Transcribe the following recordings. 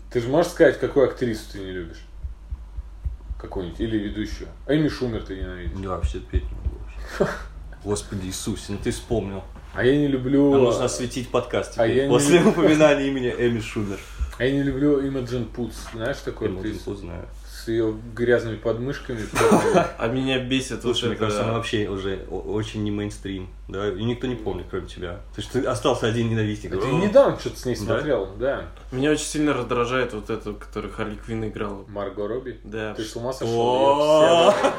Ты же можешь сказать, какую актрису ты не любишь? Какую-нибудь, или ведущую. Эми Шумер ты ненавидишь. Я вообще петь не могу вообще. Господи Иисусе, ну ты вспомнил. А я не люблю... Нам нужно осветить подкаст А теперь, я не после люблю- упоминания имени Эми Шумер. А я не люблю Имаджин Путс. Знаешь такую Я актрису? знаю. С ее грязными подмышками. А меня бесит вот Слушай, мне это... кажется, она вообще уже очень не мейнстрим. Да? И никто не помнит, кроме тебя. Ты что, ты остался один ненавистник. Ты недавно что-то с ней Да? смотрел, да. Меня очень сильно раздражает вот эту, которую Харли Квинн играла. Марго Робби. Да. Ты с ума сошел? О, Её все-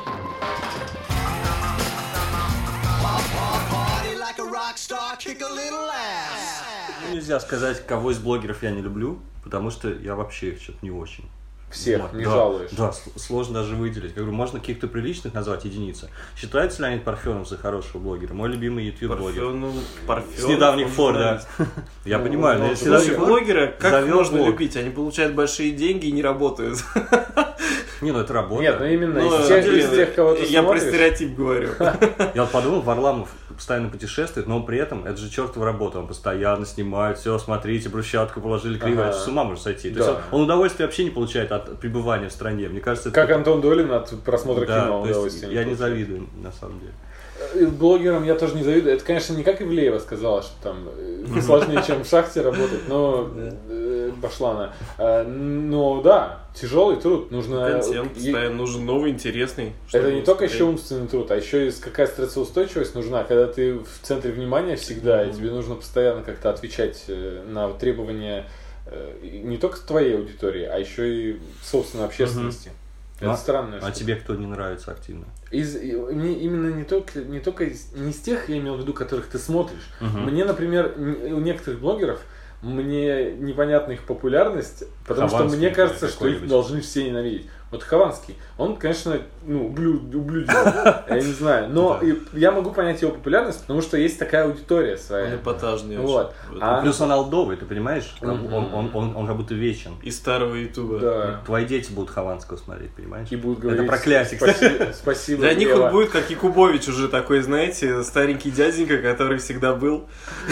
Ну, нельзя сказать, кого из блогеров я не люблю, потому что я вообще их что-то не очень. Всех, Вот, не да, жалуешь. Да, сложно даже выделить. Я говорю, можно каких-то приличных назвать единицы. Считается Леонид Парфенов за хорошего блогера? Мой любимый YouTube-блогер. Парфенов. С недавних пор, да. Я понимаю, но с Слушай, недавних пор блогеры, как завел можно блог. любить? Они получают большие деньги и не работают. Не, ну это работа. Нет, ну именно Ну, из на самом тех, деле, из тех, кого ты я про смотришь. стереотип говорю. Я вот подумал, Варламов постоянно путешествует, но при этом это же чертова работа. Он постоянно снимает, все, смотрите, брусчатку положили криво, Ага. это с ума может сойти. То Да. есть он удовольствие вообще не получает от пребывания в стране. Мне кажется, это... Как Антон Долин от просмотра Да, кино то есть удовольствие. я не получает. завидую, на самом деле. И блогерам я тоже не завидую. Это, конечно, не как Ивлеева сказала, что там сложнее, чем в шахте работать, но пошла она. Но да, тяжелый труд. Нужно... Контент постоянно нужен новый, интересный. Это чтобы не только еще смотреть. умственный труд, а еще и какая стрессоустойчивость нужна, когда ты в центре внимания всегда, и тебе нужно постоянно как-то отвечать на требования не только твоей аудитории, а еще и собственной общественности. Это странно. А тебе кто не нравится активно? Мне именно не только не из тех, я имел в виду, которых ты смотришь. Мгм. Мне, например, у некоторых блогеров мне непонятна их популярность, потому что Хованский, мне кажется, например, что их какой-нибудь. должны все ненавидеть. Вот Хованский, он, конечно, ублюдок, я не знаю, но я могу понять его популярность, потому что есть такая аудитория Он своя. эпатажный очень. Вот. Вот. Плюс он олдовый, ты понимаешь? Мгм. Он как будто вечен. Из старого ютуба. Да. Твои дети будут Хованского смотреть, понимаешь? И будут говорить Это проклятие, кстати. Спасибо. Для них Ева. он будет как Якубович уже такой, знаете, старенький дяденька, который всегда был.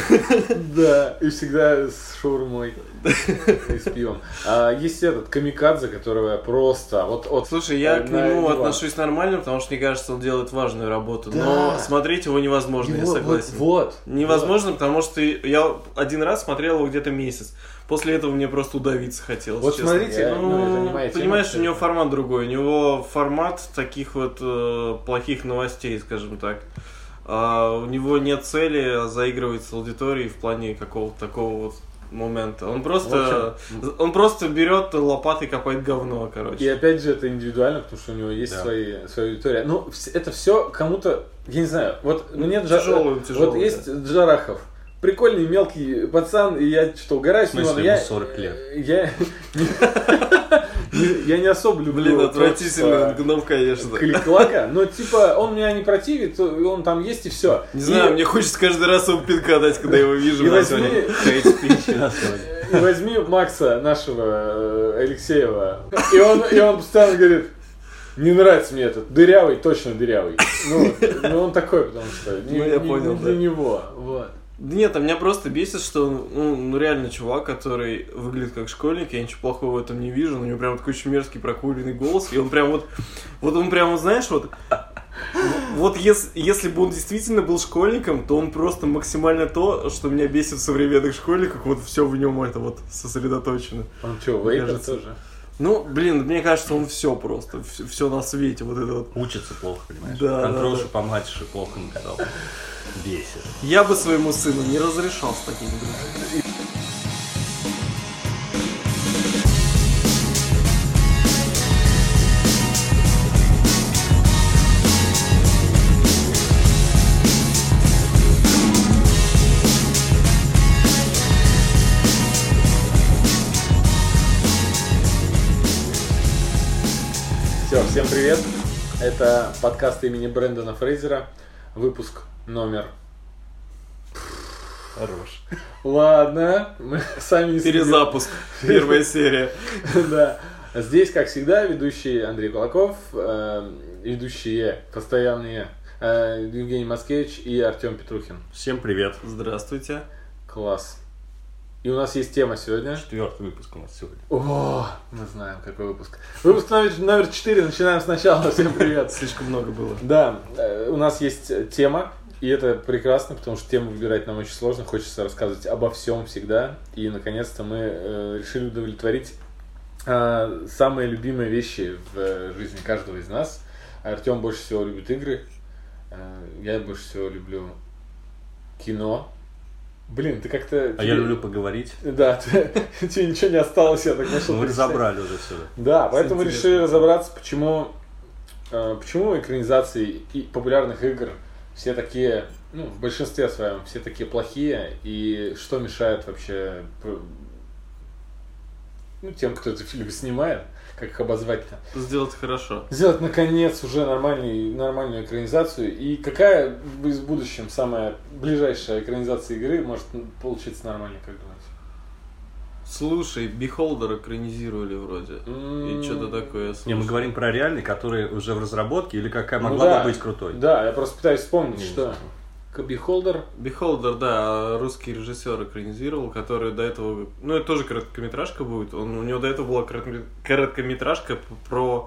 Да, и всегда с шаурмой и с пивом. Есть этот Камикадзе, которого я просто... Вот, Слушай, я к нему на- отношусь нормально, потому что мне кажется, он делает важную работу. Но Да. смотреть его невозможно, я Вот, согласен. Вот. Невозможно, потому что я один раз смотрел его где-то месяц. После этого мне просто удавиться хотелось. Вот честно. смотрите, это Ну, не моя тема, понимаешь, кстати. у него формат другой. У него формат таких вот плохих новостей, скажем так. У него нет цели, а заигрывать с аудиторией в плане какого-то такого вот момента. Он просто берет лопатой и копает говно, короче. И опять же, это индивидуально, потому что у него есть Да. своя аудитория. Ну, это все кому-то, я не знаю, вот мне Тяжелый, вот есть Джарахов. Прикольный мелкий пацан, и я что-то угораю с В него, но смысле, я... ему 40 лет? Я не особо люблю... Блин, отвратительный творчество гном, конечно. Клик-клака, но типа он меня не противит, он там есть и все. Не знаю, мне хочется каждый раз ему пинка дать, когда я его вижу. И на возьми- сцене. Хейт-спич у нас сегодня. И возьми Макса, нашего Алексеева, и он постоянно говорит: не нравится мне этот, дырявый, точно дырявый. Ну он такой, потому что Ну, я понял, не для да. него. Вот. Да нет, а меня просто бесит, что ну реально чувак, который выглядит как школьник, я ничего плохого в этом не вижу, но у него прям такой очень мерзкий прокуренный голос, и он прям вот он прям, знаешь, вот если бы он действительно был школьником, то он просто максимально то, что меня бесит в современных школьниках, вот все в нем это вот сосредоточено. Он что, Мне вейпер кажется, тоже? Ну, блин, мне кажется, он все просто, все на свете, вот это вот. Учится плохо, понимаешь? Да, Контрошу да. помладше плохо наказал. Бесит. Я бы своему сыну не разрешал с такими дружить. Все, всем привет. Это подкаст имени Брэндона Фрейзера. Выпуск номер... Хорош. Ладно, мы сами не Перезапуск. Первая серия. Да. Здесь, как всегда, ведущий Андрей Кулаков, ведущие постоянные Евгений Маскевич и Артем Петрухин. Всем привет. Здравствуйте. Класс. И у нас есть тема сегодня. 4-й выпуск у нас сегодня. О, мы знаем, какой выпуск. Выпуск номер 4, начинаем сначала. Всем привет. Слишком много было. Да, у нас есть тема, и это прекрасно, потому что тему выбирать нам очень сложно. Хочется рассказывать обо всем всегда. И, наконец-то, мы решили удовлетворить самые любимые вещи в жизни каждого из нас. Артем больше всего любит игры. Я больше всего люблю кино. Блин, ты как-то... А я люблю поговорить. Да, тебе ничего не осталось, я так начал. Мы разобрали уже все. Да, поэтому мы решили разобраться, почему экранизации популярных игр все такие, ну, в большинстве своем, все такие плохие, и что мешает вообще тем, кто этот фильм снимает, как их обозвать-то? Сделать хорошо. Сделать, наконец, уже нормальную экранизацию. И какая в будущем самая ближайшая экранизация игры может получиться нормально, как думаете? Слушай, Beholder экранизировали вроде. И что-то такое. Не, мы говорим про реальный, который уже в разработке, или какая могла бы быть крутой. Да, я просто пытаюсь вспомнить, что... Beholder, да, русский режиссер экранизировал, который до этого... Ну, это тоже короткометражка будет. У него до этого была короткометражка про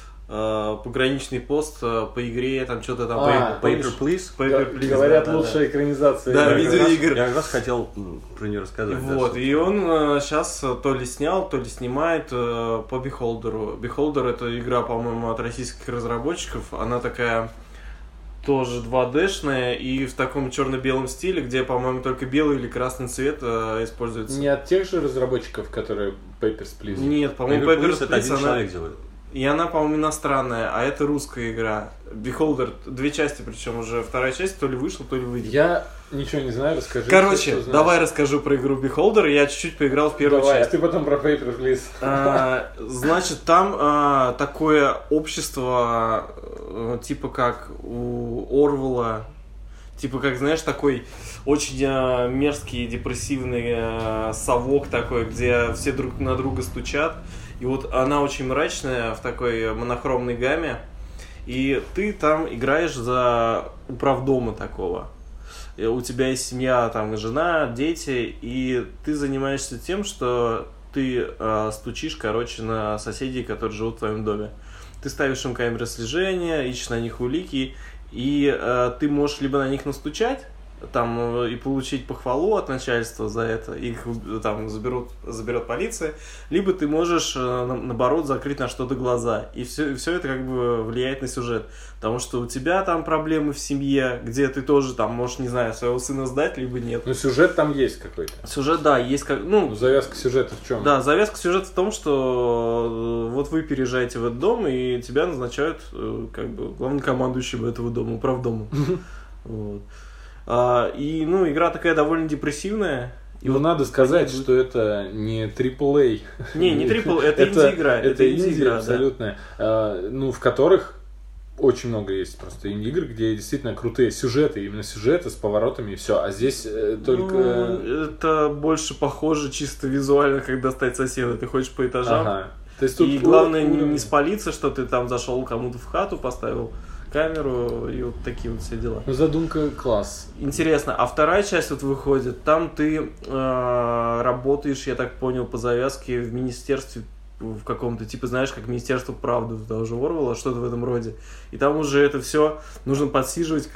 пограничный пост по игре, там что-то там... Paper Please? Говорят, лучшая экранизация. Да, видеоигр. Я как раз хотел про нее рассказать. Вот, и он сейчас то ли снял, то ли снимает по Beholder. Beholder — это игра, по-моему, от российских разработчиков. Она такая... тоже 2D-шная и в таком черно-белом стиле, где, по-моему, только белый или красный цвет используется. Не от тех же разработчиков, которые Papers, Please? Нет, по-моему, Papers, это один человек делает. И она, по-моему, иностранная, а это русская игра. Beholder, 2 части, причем уже 2-я часть то ли вышла, то ли выйдет. Я ничего не знаю, расскажи. Короче, давай расскажу про игру Beholder. Я чуть-чуть поиграл в первую часть. А ты потом про Papers, Please. Значит, там такое общество, типа как у Орвелла, типа как, знаешь, такой очень мерзкий, депрессивный совок такой, где все друг на друга стучат. И вот она очень мрачная, в такой монохромной гамме. И ты там играешь за управдома такого. И у тебя есть семья, там, жена, дети, и ты занимаешься тем, что ты стучишь, короче, на соседей, которые живут в твоем доме. Ты ставишь им камеры слежения, ищешь на них улики, и ты можешь либо на них настучать, там, и получить похвалу от начальства за это, их там заберет полиция, либо ты можешь, наоборот, закрыть на что-то глаза. И все это как бы влияет на сюжет. Потому что у тебя там проблемы в семье, где ты тоже там можешь, не знаю, своего сына сдать, либо нет. Ну, сюжет там есть какой-то. Сюжет, да, есть как... Ну, завязка сюжета в чем? Да, завязка сюжета в том, что вот вы переезжаете в этот дом, и тебя назначают как бы главнокомандующим этого дома, управдома. Вот. И, ну, игра такая довольно депрессивная. И вот надо сказать, что это не AAA. Не AAA, это инди-игра. Это инди-игра абсолютная. Ну, в которых очень много есть просто инди-игр, где действительно крутые сюжеты, именно сюжеты с поворотами и все. А здесь только... Ну, это больше похоже чисто визуально, как достать соседа. Ты ходишь по этажам. Ага. То есть тут и главное не спалиться, что ты там зашел кому-то в хату, поставил камеру и вот такие вот все дела. Ну, задумка класс. Интересно. А 2-я часть вот выходит, там ты работаешь, я так понял, по завязке в министерстве в каком-то, типа, знаешь, как Министерство правды, туда уже Орвелла, что-то в этом роде. И там уже это все нужно подсиживать,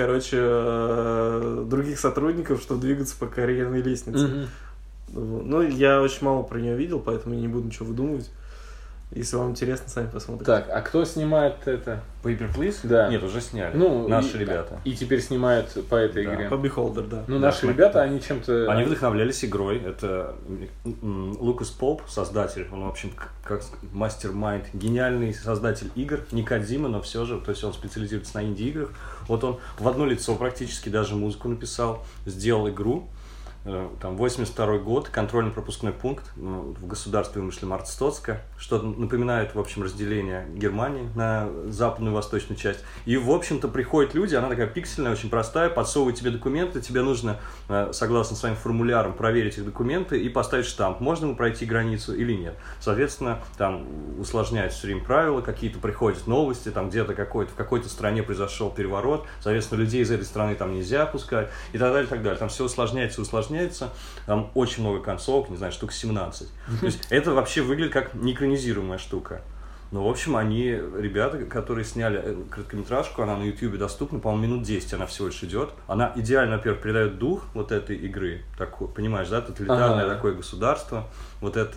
короче, других сотрудников, чтобы двигаться по карьерной лестнице. Mm-hmm. Ну, я очень мало про нее видел, поэтому я не буду ничего выдумывать. Если вам интересно, сами посмотрите. Так, а кто снимает это? Paper Please? Да. Нет, уже сняли. Ну, наши ребята. И теперь снимают по этой игре. По Beholder, да. Ну, наши ребята, они чем-то... Они вдохновлялись игрой. Это Лукас Поп, создатель. Он, в общем, как мастер-майнд, гениальный создатель игр. Не Кодзима, но все же. То есть он специализируется на инди-играх. Вот он в одно лицо практически даже музыку написал. Сделал игру. Там 82 год, контрольно-пропускной пункт в государстве вымышленном Арцтоцка, что напоминает, в общем, разделение Германии на западную и восточную часть. И, в общем-то, приходят люди, она такая пиксельная, очень простая, подсовывают тебе документы, тебе нужно, согласно своим формулярам, проверить их документы и поставить штамп, можно ему пройти границу или нет. Соответственно, там усложняются все время правила, какие-то приходят новости, там где-то в какой-то стране произошел переворот, соответственно, людей из этой страны там нельзя пускать и так далее, и так далее. Там все усложняется, усложняется, там очень много концовок, не знаю, штук 17. То есть это вообще выглядит как неэкранизируемая штука. Ну, в общем, ребята, которые сняли короткометражку, она на YouTube доступна, по-моему, минут 10 она всего лишь идет. Она идеально, во-первых, передает дух вот этой игры, такой, понимаешь, да, тоталитарное такое государство, вот это,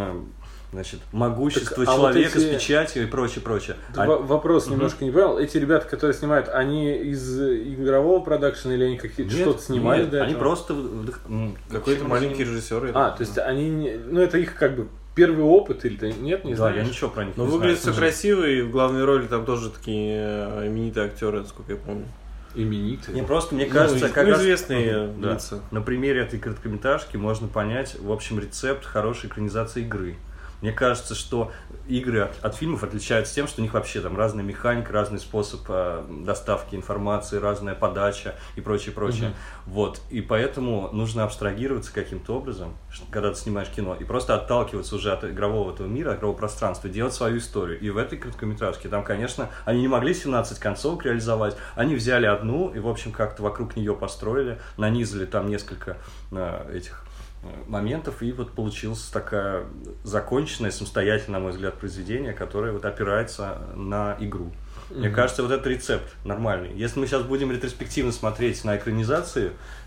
значит, могущество человека с печатью и прочее. Вопрос немножко не понял. Эти ребята, которые снимают, они из игрового продакшена или они что-то снимали до этого? Они просто... Какой-то маленький режиссер. То есть они... Ну, это их как бы первый опыт или нет, не знаю. Да, я ничего про них не знаю. Но выглядит все красиво, и в главной роли там тоже такие именитые актеры, насколько я помню. Именитые? Не, просто, мне кажется, как раз... известные лица. На примере этой короткометражки можно понять, в общем, рецепт хорошей экранизации игры. Мне кажется, что игры от фильмов отличаются тем, что у них вообще там разная механика, разный способ доставки информации, разная подача и прочее. Вот. И поэтому нужно абстрагироваться каким-то образом, когда ты снимаешь кино, и просто отталкиваться уже от игрового этого мира, игрового пространства, делать свою историю. И в этой короткометражке там, конечно, они не могли 17 концовок реализовать, они взяли одну и, в общем, как-то вокруг нее построили, нанизали там несколько этих моментов, и вот получилось такая законченная, самостоятельное, на мой взгляд, произведение, которое вот опирается на игру. Мне кажется, вот этот рецепт нормальный. Если мы сейчас будем ретроспективно смотреть на экранизации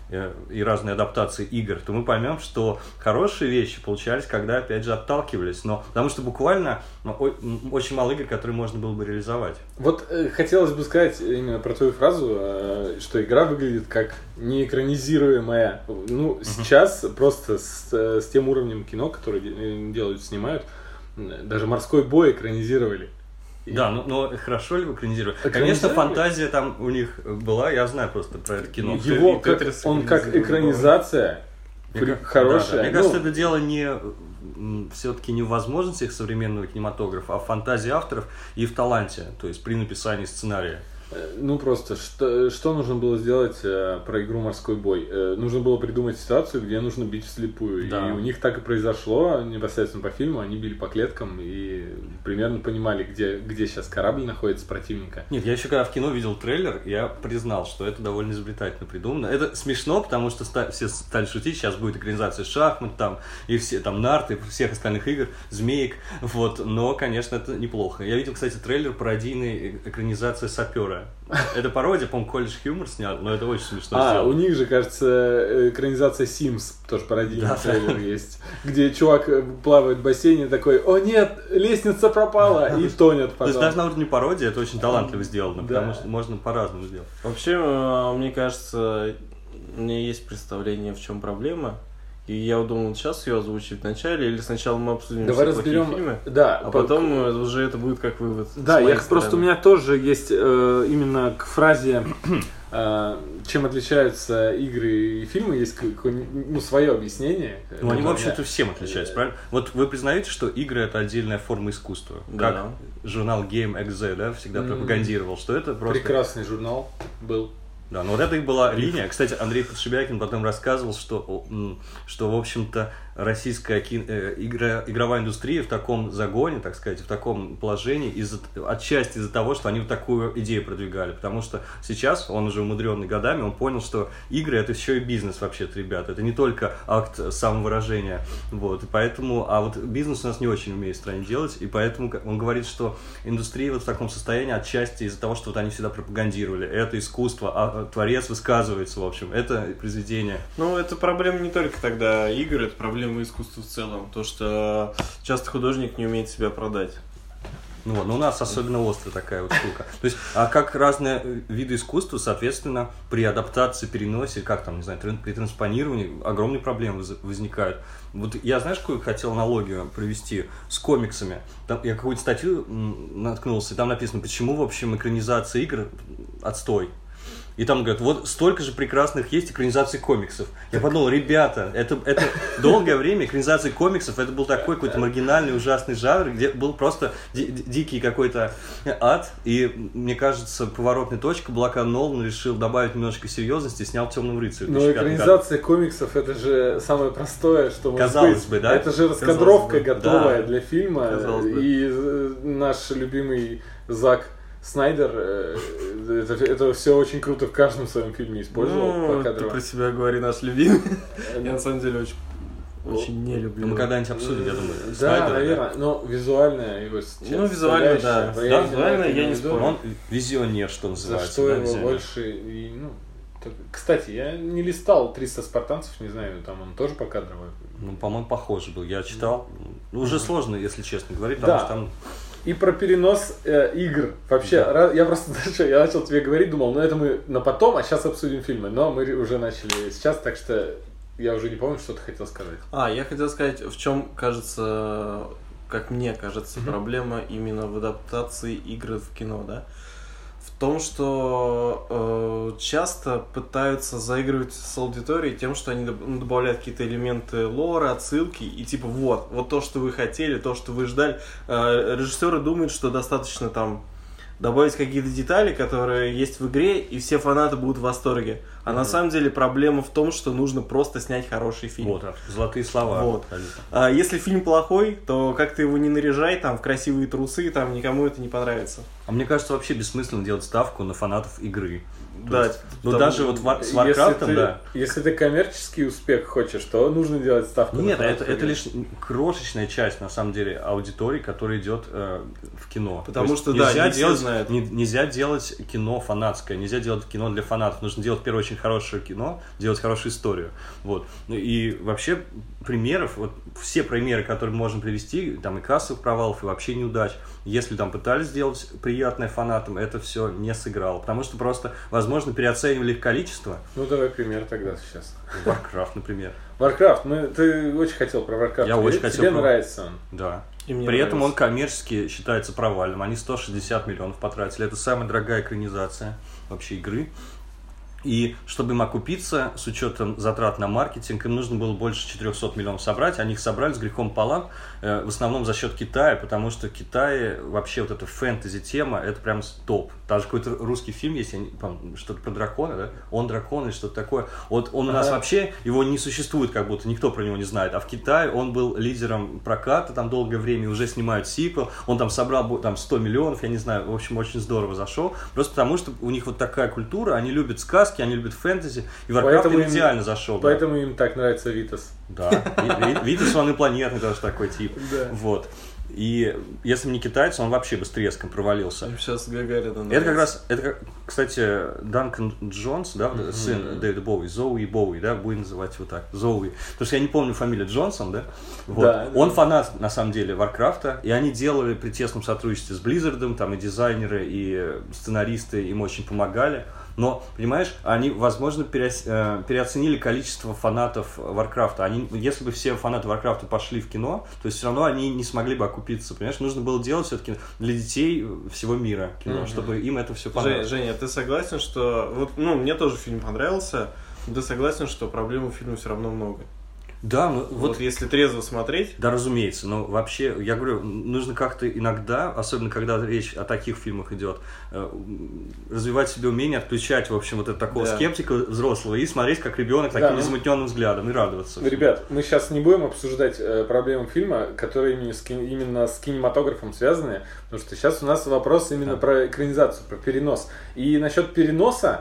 и разные адаптации игр, то мы поймем, что хорошие вещи получались, когда, опять же, отталкивались. Но потому что буквально очень мало игр, которые можно было бы реализовать. Вот хотелось бы сказать именно про твою фразу, что игра выглядит как неэкранизируемая. Ну, сейчас просто с тем уровнем кино, который делают, снимают, даже «Морской бой» экранизировали. Да, но хорошо ли экранизировали? Конечно, фантазия там у них была, я знаю просто про это кино. Его, он как экранизация хорошая. Мне кажется, это дело все-таки не в возможностях современного кинематографа, а в фантазии авторов и в таланте, то есть при написании сценария. Ну просто, что нужно было сделать про игру «Морской бой»? Нужно было придумать ситуацию, где нужно бить вслепую. Да. И у них так и произошло непосредственно по фильму. Они били по клеткам и примерно понимали, где сейчас корабль находится противника. Нет, я еще когда в кино видел трейлер, я признал, что это довольно изобретательно придумано. Это смешно, потому что все стали шутить, сейчас будет экранизация шахмат там, и все там нарты, и всех остальных игр, змеек. Вот. Но, конечно, это неплохо. Я видел, кстати, трейлер пародийной экранизации «Сапера». Это пародия, по-моему, колледж Humor снял, но это очень смешно сделано. У них же, кажется, экранизация Sims, тоже пародийный трейлер есть, где чувак плавает в бассейне такой: «О нет, лестница пропала!» и тонет потом. То есть даже на уровне пародии это очень талантливо сделано, потому что можно по-разному сделать. Вообще, мне кажется, у меня есть представление, в чем проблема. И я вот думал, сейчас ее озвучить в начале, или сначала мы обсудим все плохие фильмы, а потом уже это будет как вывод. Да, просто у меня тоже есть именно к фразе, чем отличаются игры и фильмы, есть свое объяснение. Ну, они, в общем-то, всем отличаются, правильно? Вот вы признаете, что игры — это отдельная форма искусства? Да. Как журнал Game.exe, да, всегда пропагандировал, что это просто... Прекрасный журнал был. Да, но вот это и была линия. Кстати, Андрей Подшибякин потом рассказывал, что в общем-то, российская игровая индустрия в таком загоне, так сказать, в таком положении, отчасти из-за того, что они вот такую идею продвигали. Потому что сейчас, он уже умудренный годами, он понял, что игры — это еще и бизнес вообще-то, ребята. Это не только акт самовыражения. Вот, и поэтому, а вот бизнес у нас не очень умеет в стране делать, и поэтому он говорит, что индустрия вот в таком состоянии отчасти из-за того, что вот они всегда пропагандировали. Это искусство, а творец высказывается, в общем. Это произведение. Ну, это проблема не только тогда игр, это проблема искусства в целом. То, что часто художник не умеет себя продать. Ну, но у нас особенно острая такая вот штука. То есть, а как разные виды искусства, соответственно, при адаптации, переносе, как там, не знаю, при транспонировании огромные проблемы возникают. Вот я, знаешь, какую хотел аналогию провести с комиксами? Там, я какую-то статью наткнулся, и там написано, почему, в общем, экранизация игр отстой. И там говорят, вот столько же прекрасных есть экранизаций комиксов. Я подумал, ребята, это долгое время экранизации комиксов, это был такой какой-то маргинальный, ужасный жанр, где был просто дикий какой-то ад. И, мне кажется, поворотной точкой была, когда Нолан решил добавить немножко серьезности и снял «Темного рыцаря». Но экранизация комиксов — это же самое простое, что может казалось бы, да? Это же раскадровка готовая для фильма. И наш любимый Зак Снайдер это все очень круто в каждом своем фильме использовал. Ты про себя говори, наш любимый. Я на самом деле очень не люблю. Мы когда-нибудь обсудим, я думаю. Да, Снайдера, наверное, но визуально его визуально, да. Визуально я не спорю. Он визионер, что называется. За что его больше... Кстати, я не листал 300 спартанцев, не знаю, там он тоже покадровый. По-моему, похож был. Я читал. Уже сложно, если честно говорить, потому что там... И про перенос игр. Вообще, я просто я начал тебе говорить, думал, это мы на потом, а сейчас обсудим фильмы. Но мы уже начали сейчас, так что я уже не помню, что ты хотел сказать. Я хотел сказать, в чем, кажется, как мне кажется, проблема именно в адаптации игры в кино, да? В том, что часто пытаются заигрывать с аудиторией тем, что они добавляют какие-то элементы лора, отсылки, и типа вот то, что вы хотели, то, что вы ждали. Режиссеры думают, что достаточно там добавить какие-то детали, которые есть в игре, и все фанаты будут в восторге. А на самом деле проблема в том, что нужно просто снять хороший фильм. Вот, золотые слова. Вот. А если фильм плохой, то как ты его не наряжай там в красивые трусы, там никому это не понравится. А мне кажется, вообще бессмысленно делать ставку на фанатов игры. Да, даже вот с Варкрафтом, да. Если ты коммерческий успех хочешь, то нужно делать ставку. Нет, это лишь крошечная часть, на самом деле, аудитории, которая идет в кино. Потому что, нельзя делать кино фанатское, нельзя делать кино для фанатов. Нужно делать, в первую очередь, хорошее кино, делать хорошую историю. Вот. И вообще примеров, все примеры, которые мы можем привести, там и кассовых провалов, и вообще неудач, если там пытались сделать приятное фанатам, это все не сыграло. Потому что просто, возможно, переоценивали их количество. Давай пример тогда сейчас. Warcraft, например. Warcraft, ты очень хотел про Warcraft. Я очень хотел. Тебе нравится он? Да. При этом он коммерчески считается провальным. Они 160 миллионов потратили. Это самая дорогая экранизация вообще игры. И чтобы им окупиться, с учетом затрат на маркетинг, им нужно было больше 400 миллионов собрать. Они их собрали с грехом пополам, в основном за счет Китая, потому что в Китае вообще вот эта фэнтези-тема, это прям топ. Даже какой-то русский фильм есть, я не помню, что-то про дракона, да? Он дракон или что-то такое. Вот он у нас вообще, его не существует, как будто никто про него не знает. А в Китае он был лидером проката там долгое время, уже снимают сиквел. Он там собрал там 100 миллионов, я не знаю, в общем, очень здорово зашел. Просто потому, что у них вот такая культура, они любят сказки, они любят фэнтези, и Warcraft им идеально зашел. Поэтому им так нравится Витас. Да, Витас он инопланетный тоже такой тип. Вот. И если не китайец, он вообще бы с треском провалился. Сейчас Гагарина. Это как раз, кстати, Данкан Джонс, да, сын Дэвида Боуи, Зоуи Боуи, да, будем называть его так, Зоуи. Потому что я не помню фамилию Джонсон, да? Вот. Да, он фанат, на самом деле, Варкрафта, и они делали при тесном сотрудничестве с Blizzard'ом, там и дизайнеры, и сценаристы им очень помогали. Но, понимаешь, они, возможно, переоценили количество фанатов Варкрафта. Если бы все фанаты Варкрафта пошли в кино, то все равно они не смогли бы окупиться. Понимаешь, нужно было делать все-таки для детей всего мира кино, чтобы им это все понравилось. Женя, ты согласен, что... мне тоже фильм понравился, но ты согласен, что проблем у фильма все равно много? Да, вот если трезво смотреть. Да, разумеется, но вообще, я говорю, нужно как-то иногда, особенно когда речь о таких фильмах идет, развивать в себе умение отключать, в общем, вот такого скептика взрослого и смотреть как ребенок таким незамутненным взглядом и радоваться. Ребят, мы сейчас не будем обсуждать проблемы фильма, которые именно с кинематографом связаны, потому что сейчас у нас вопрос именно про экранизацию, про перенос. И насчет переноса,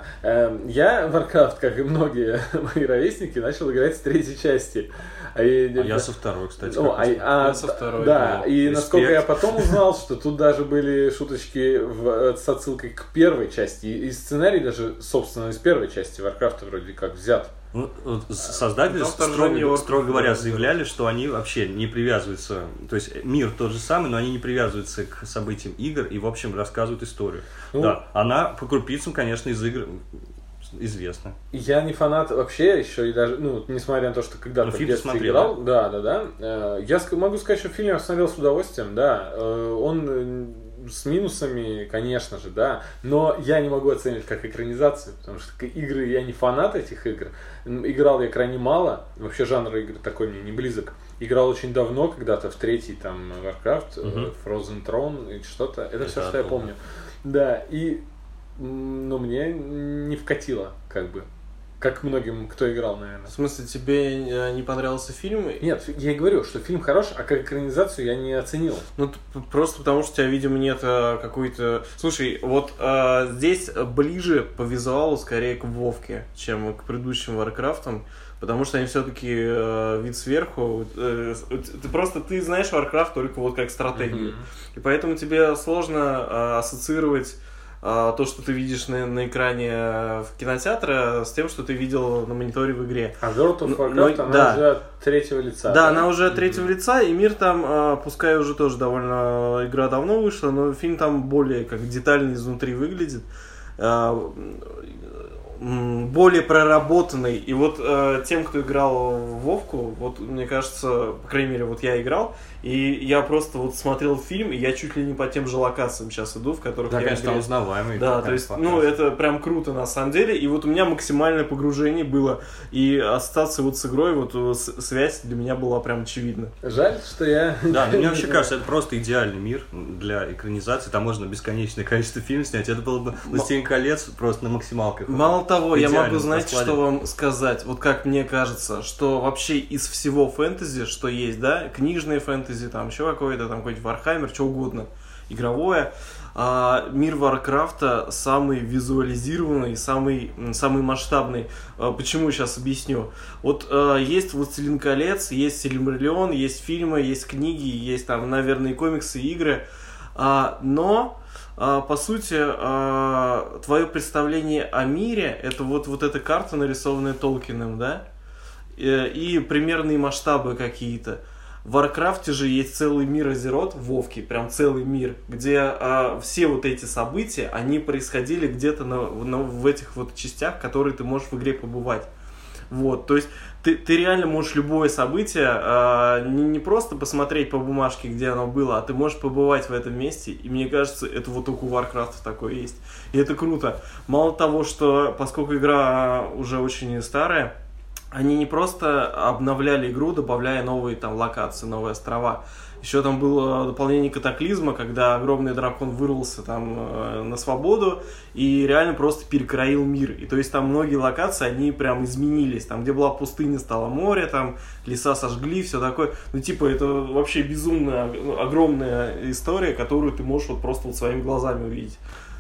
я Warcraft, как и многие мои ровесники, начал играть с третьей части. Я со второй, кстати. Я со второй. Да, и насколько я потом узнал, что тут даже были шуточки с отсылкой к первой части. И сценарий даже, собственно, из первой части Warcraft вроде как взят. Создатели, строго говоря, заявляли, что они вообще не привязываются, то есть мир тот же самый, но они не привязываются к событиям игр и, в общем, рассказывают историю. Да, она по крупицам, конечно, из игр известна. Я не фанат вообще еще, и даже, несмотря на то, что когда-то в детстве играл, да. Я могу сказать, что фильм я смотрел с удовольствием, да. Он с минусами, конечно же, да, но я не могу оценивать как экранизацию, потому что игры, я не фанат этих игр, играл я крайне мало, вообще жанр игр такой мне не близок, играл очень давно, когда-то в третий там Warcraft, Frozen Throne и что-то, это все, что я помню, да, и, мне не вкатило, как бы Как многим, кто играл, наверное. В смысле, тебе не понравился фильм? Нет, я и говорю, что фильм хорош, а как экранизацию я не оценил. Ну, просто потому что у тебя, видимо, нет какой-то... Слушай, вот здесь ближе по визуалу скорее к Вовке, чем к предыдущим Варкрафтам, потому что они все-таки вид сверху. Ты знаешь Warcraft только вот как стратегию. И поэтому тебе сложно ассоциировать то, что ты видишь на экране в кинотеатре, с тем, что ты видел на мониторе в игре. А World of Warcraft, она уже от третьего лица. Да, она уже от третьего лица, и мир там, пускай уже тоже довольно игра давно вышла, но фильм там более как детально изнутри выглядит. Более проработанный. И вот тем, кто играл в Вовку, вот мне кажется, по крайней мере, вот я играл, и я просто вот смотрел фильм, и я чуть ли не по тем же локациям сейчас иду, в которых да, я конечно, играл. узнаваемый. Да, то есть, это прям круто на самом деле. И вот у меня максимальное погружение было. И ассоциация вот с игрой, вот связь для меня была прям очевидна. Жаль, что я... Да, мне вообще кажется, это просто идеальный мир для экранизации. Там можно бесконечное количество фильмов снять. Это было бы «Властелин колец» просто на максималках. Мало того, я могу, знаете, раскладе. что вам сказать? Вот как мне кажется, что вообще из всего фэнтези, что есть, да, книжное фэнтези, там еще какое-то, там какой-нибудь Warhammer, что угодно, игровое, мир Варкрафта самый визуализированный, самый масштабный. Почему, сейчас объясню. Вот есть «Властелин колец», есть «Сильмариллион», есть фильмы, есть книги, есть там, наверное, и комиксы, и игры, но... по сути, твое представление о мире — это вот эта карта, нарисованная Толкиным, да? И примерные масштабы какие-то. В Варкрафте же есть целый мир Азерот, в Вовке, прям целый мир, где все вот эти события, они происходили где-то в этих вот частях, которые ты можешь в игре побывать. Вот, то есть ты реально можешь любое событие не просто посмотреть по бумажке, где оно было, а ты можешь побывать в этом месте. И мне кажется, это вот только у Warcraft такое есть. И это круто. Мало того, что поскольку игра уже очень старая, они не просто обновляли игру, добавляя новые там локации, новые острова. Еще там было дополнение Катаклизма, когда огромный дракон вырвался там на свободу и реально просто перекроил мир. И то есть там многие локации, они прям изменились. Там, где была пустыня, стало море, там леса сожгли, все такое. Ну, типа, это вообще безумная, огромная история, которую ты можешь вот просто вот своими глазами увидеть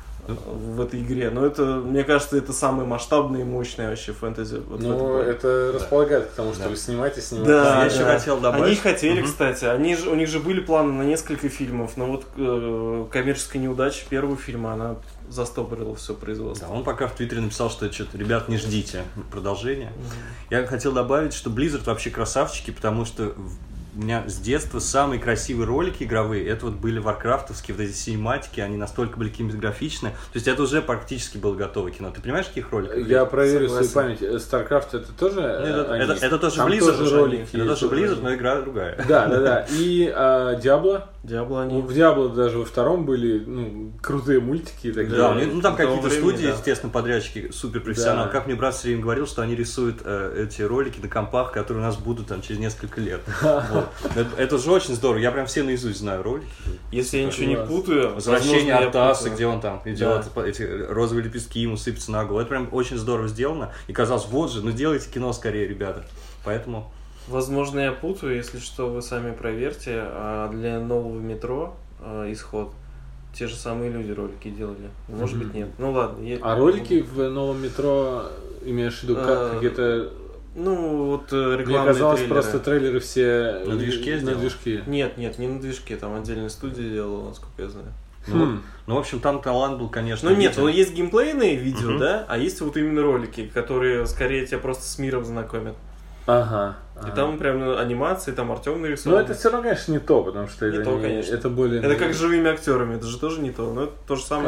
в этой игре. Но это, мне кажется, это самое масштабное и мощное вообще фэнтези. Вот это располагает к тому, что вы снимаете. Да, я еще хотел добавить. Они хотели, кстати. У них же были планы на несколько фильмов, но вот коммерческая неудача первого фильма, она застопорила все производство. Да, он пока в Твиттере написал, что что-то, ребят, не ждите продолжения. Я хотел добавить, что Blizzard вообще красавчики, потому что у меня с детства самые красивые ролики игровые, это вот были варкрафтовские, вот эти синематики, они настолько были кинематографичные. То есть это уже практически было готовое кино. Ты понимаешь, каких роликов? Я проверю свою память. StarCraft это тоже это тоже там Blizzard. Тоже ролики это тоже Blizzard, но игра другая. Да. И Diablo. они... В Diablo даже во втором были крутые мультики. Такие. Да, там какие-то студии, естественно, подрядчики суперпрофессионалы. Как мне брат все время говорил, что они рисуют эти ролики на компах, которые у нас будут там через несколько лет. Это же очень здорово. Я прям все наизусть знаю ролики. Если я ничего не путаю, «Возвращение Артаса», где он там идет, эти розовые лепестки ему сыпятся на голову. Это прям очень здорово сделано. И казалось, вот же, делайте кино скорее, ребята. Поэтому... Возможно, я путаю, если что, вы сами проверьте. А для нового метро «Исход» те же самые люди ролики делали. Может быть, нет. Ну ладно. А ролики в новом метро, имеешь в виду, как где-то... вот рекламные Мне казалось, трейлеры. просто трейлеры все на движке сделаны? Нет, не на движке, там отдельная студия делала, насколько я знаю. Ну, в общем, там талант был, конечно. Ну нет, есть геймплейные видео, да, а есть вот именно ролики, которые скорее тебя просто с миром знакомят. Ага. И там прям анимации, там Артем нарисовал. Но это все равно, конечно, не то, потому что конечно. Это более... Это как с живыми актерами, это же тоже не то, но это то же самое.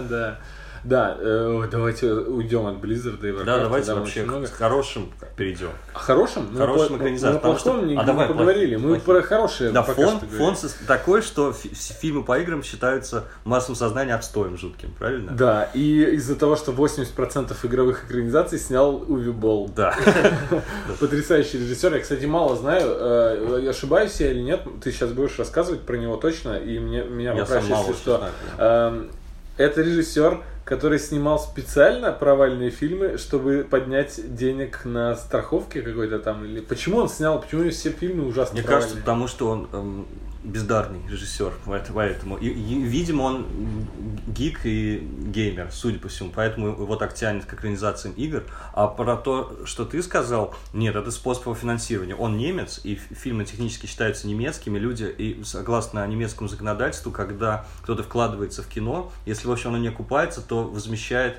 Да, давайте уйдем от Blizzard и Warcraft. Да, давайте вообще к хорошим перейдем. Хорошим? Хорошим экранизациям. На плохом не поговорили. Мы про хорошие. Да, фон такой, что фильмы по играм считаются в массовом сознании отстоем жутким, правильно? Да, и из-за того, что 80% игровых экранизаций снял Уви Болл. Да. Потрясающий режиссер. Я, кстати, мало знаю, ошибаюсь я или нет. Ты сейчас будешь рассказывать про него точно, и меня попросили, что это режиссер, который снимал специально провальные фильмы, чтобы поднять денег на страховке какой-то там? Или почему он снял, почему все фильмы ужасно Мне провальные? кажется, потому что он бездарный режиссер, поэтому. И, видимо, он гик и геймер, судя по всему, поэтому его так тянет к экранизациям игр. А про то, что ты сказал, нет, это способ его финансирования. Он немец, и фильмы технически считаются немецкими. Люди, и согласно немецкому законодательству, когда кто-то вкладывается в кино, если, в общем, оно не окупается, то возмещает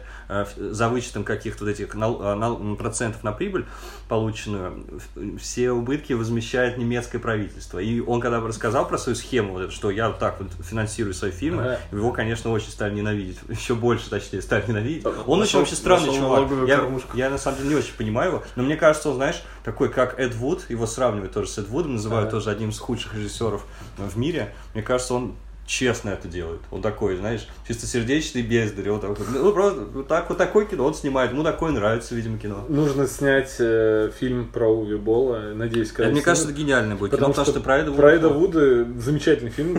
за вычетом каких-то вот этих процентов на прибыль полученную, все убытки возмещает немецкое правительство. И он, когда рассказал про свою схему, вот это, что я вот так вот финансирую свои фильмы, его, конечно, очень стали ненавидеть. Еще больше, точнее, стали ненавидеть. Он очень вообще странный чувак. Я на самом деле не очень понимаю его, но мне кажется, он, знаешь, такой, как Эд Вуд, его сравнивают тоже с Эд Вудом, называют тоже одним из худших режиссеров в мире. Мне кажется, он честно это делает. Он такой, знаешь, чистосердечный бездарь. Вот так вот. Ну, просто вот такое кино он снимает. Ему такое нравится, видимо, кино. Нужно снять фильм про Уви Болла. Надеюсь, когда мне кажется, это гениальное будет кино, потому что про Эда Вуда замечательный фильм.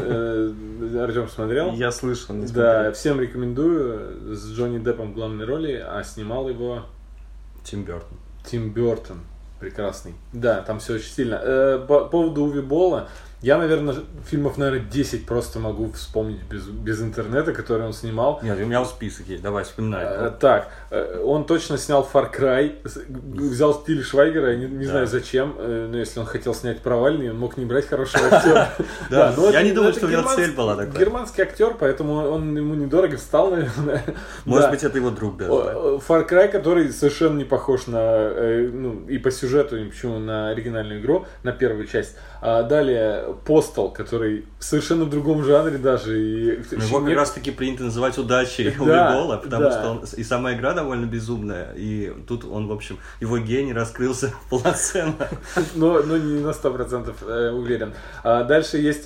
Артем смотрел? Я слышал, не смотрел. Да, всем рекомендую. С Джонни Деппом в главной роли, а снимал его Тим Бёртон. Тим Бёртон. Прекрасный. Да, там все очень сильно. По поводу Уви Болла. Я, наверное, фильмов, 10 просто могу вспомнить без интернета, которые он снимал. Нет, у меня вот список есть, давай вспоминай. Так, он точно снял Far Cry, взял Тиля Швайгера, не знаю зачем, но если он хотел снять провальный, он мог не брать хорошего актера. Да, я не думаю, что у него цель была такая. Германский актер, поэтому он ему недорого встал, наверное. Может быть, это его друг даже. Far Cry, который совершенно не похож на, и по сюжету, и почему на оригинальную игру, на первую часть. Далее Postal, который совершенно в другом жанре даже. Его как раз таки принято называть удачей Уви Болла, потому что он, и сама игра довольно безумная, и тут он, в общем, его гений раскрылся полноценно. Но не на 100% уверен. Дальше есть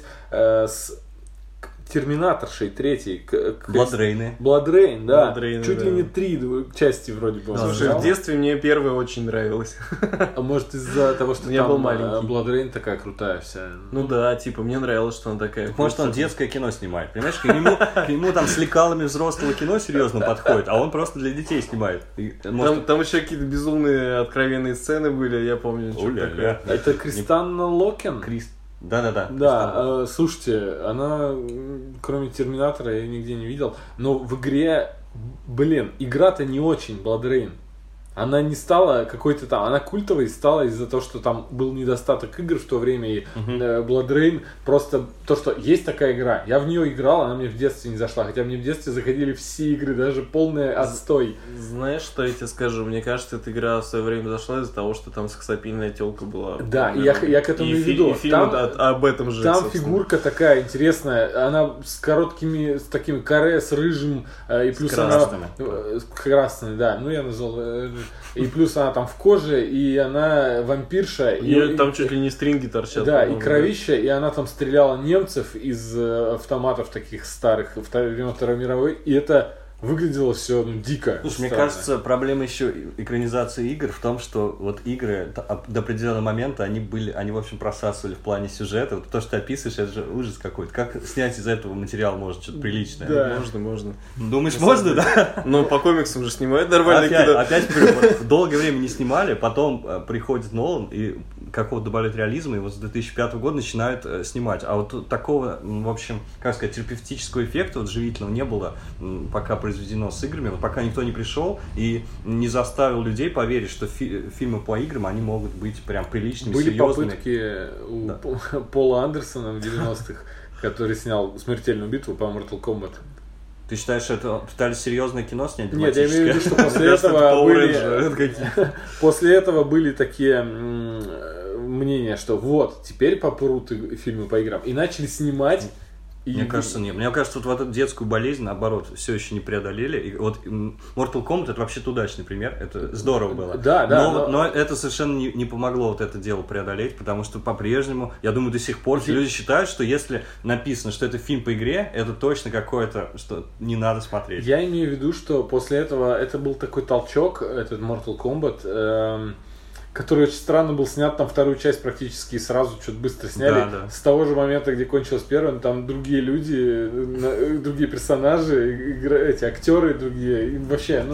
с Терминаторшей, третий. Бладрейны. Бладрейн, да. Чуть да. ли не 3 части вроде бы. Слушай, в детстве мне первая очень нравилась. А может из-за того, что я там был маленький. Бладрейн такая крутая вся. Ну да, типа, мне нравилось, что она такая. Может, он детское кино снимает, понимаешь? К нему там с лекалами взрослого кино серьезно подходит, а он просто для детей снимает. Там еще какие-то безумные откровенные сцены были, я помню. Это Кристанна Локен? Да. Да, слушайте, она, кроме Терминатора, я нигде не видел, но в игре, игра-то не очень, Бладрейн. Она не стала какой-то там, она культовой стала из-за того, что там был недостаток игр в то время, и Бладрейн просто то, что есть такая игра. Я в нее играл, она мне в детстве не зашла, хотя мне в детстве заходили все игры, даже полный отстой. Знаешь, что я тебе скажу? Мне кажется, эта игра в свое время зашла из-за того, что там сексапильная телка была. Да, и я к этому и веду. И фильм об этом же. Там фигурка такая интересная, она с короткими, с такими каре, с рыжим, и плюс она красной, да, ну я назвал. И плюс она там в коже, и она вампирша. И там чуть ли не стринги торчат. Да, и кровища, и она там стреляла немцев из автоматов таких старых времен Второй мировой, и это выглядело все дико. Слушай, мне кажется, проблема еще экранизации игр в том, что вот игры до определенного момента они, в общем, просасывали в плане сюжета. Вот то, что ты описываешь, это же ужас какой-то. Как снять из этого материала может что-то приличное? Да. Можно. Думаешь, можно, да? Но по комиксам же снимают нормально кино. Опять долгое время не снимали, потом приходит Нолан и какого-то добавляет реализма, и вот с 2005 года начинают снимать. А вот такого, в общем, как сказать, терапевтического эффекта вот живительного не было, пока произведено с играми, вот пока никто не пришел и не заставил людей поверить, что фильмы по играм, они могут быть прям приличными, были серьезными. Были попытки у Пола Андерсона в 90-х, который снял «Смертельную битву» по Mortal Kombat. Ты считаешь, что это пытались серьезное кино снять? Нет, я имею в виду, что после этого были такие мнения, что вот, теперь попрут фильмы по играм. И начали снимать. Мне кажется, нет. Мне кажется, вот эту детскую болезнь, наоборот, все еще не преодолели. И вот Mortal Kombat — это вообще удачный пример. Это здорово было. Да. Но это совершенно не помогло вот это дело преодолеть, потому что по-прежнему, я думаю, до сих пор люди считают, что если написано, что это фильм по игре, это точно какое-то, что не надо смотреть. Я имею в виду, что после этого это был такой толчок, этот Mortal Kombat. который очень странно был снят, там вторую часть практически сразу что-то быстро сняли. Да. С того же момента, где кончилась первая, там другие люди, другие персонажи, эти актеры другие. И вообще,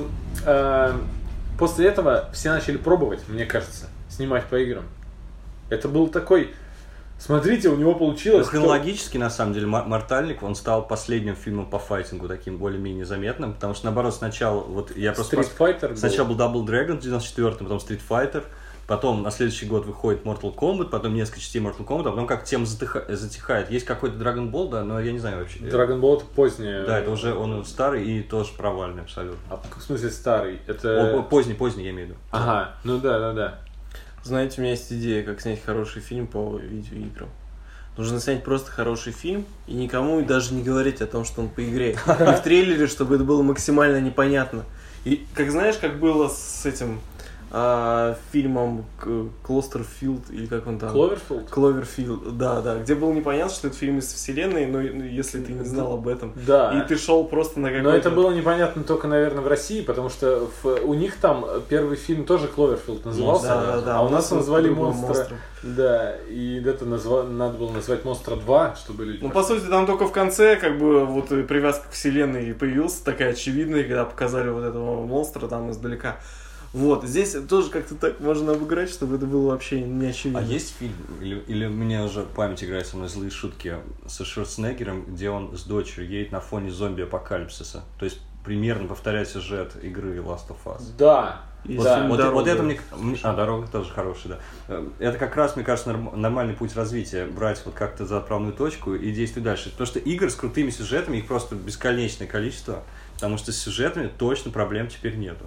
после этого все начали пробовать, мне кажется, снимать по играм. Это был такой... Смотрите, у него получилось... Хронологически, на самом деле, «Мортальник», он стал последним фильмом по файтингу, таким более-менее заметным, потому что, наоборот, сначала... Вот я просто Street Fighter сначала был Double Dragon в 94-м, потом Street Fighter, потом на следующий год выходит Mortal Kombat, потом несколько частей Mortal Kombat, а потом как тема затихает. Есть какой-то Dragon Ball, да, но я не знаю вообще. Dragon Ball это позднее. Да, это уже он старый и тоже провальный абсолютно. А в смысле старый? Это... Поздний, я имею в виду. Ага, ну да. Знаете, у меня есть идея, как снять хороший фильм по видеоиграм. Нужно снять просто хороший фильм и никому даже не говорить о том, что он по игре. И в трейлере, чтобы это было максимально непонятно. И как знаешь, как было с этим фильмом Клостерфилд, или как он там? Кловерфилд, да. Где было непонятно, что это фильм из вселенной, но если ты не знал об этом. Да. И ты шел просто на какой-то... Но это было непонятно только, наверное, в России, потому что у них там первый фильм тоже Кловерфилд назывался, да, а у нас назвали «Монстра». «Монстром». Да, и это надо было назвать «Монстра 2», чтобы люди... Ну, по сути, там только в конце, как бы, вот привязка к вселенной появилась такая очевидная, когда показали вот этого монстра там издалека. Вот, здесь тоже как-то так можно обыграть, чтобы это было вообще не очевидно. А есть фильм, или у меня уже память играет со мной злые шутки, со Шварценеггером, где он с дочерью едет на фоне зомби-апокалипсиса? То есть примерно повторяет сюжет игры Last of Us. Да. Вот это мне... «Дорога» тоже хороший, да. Это как раз, мне кажется, нормальный путь развития. Брать вот как-то за отправную точку и действовать дальше. Потому что игр с крутыми сюжетами, их просто бесконечное количество. Потому что с сюжетами точно проблем теперь нету.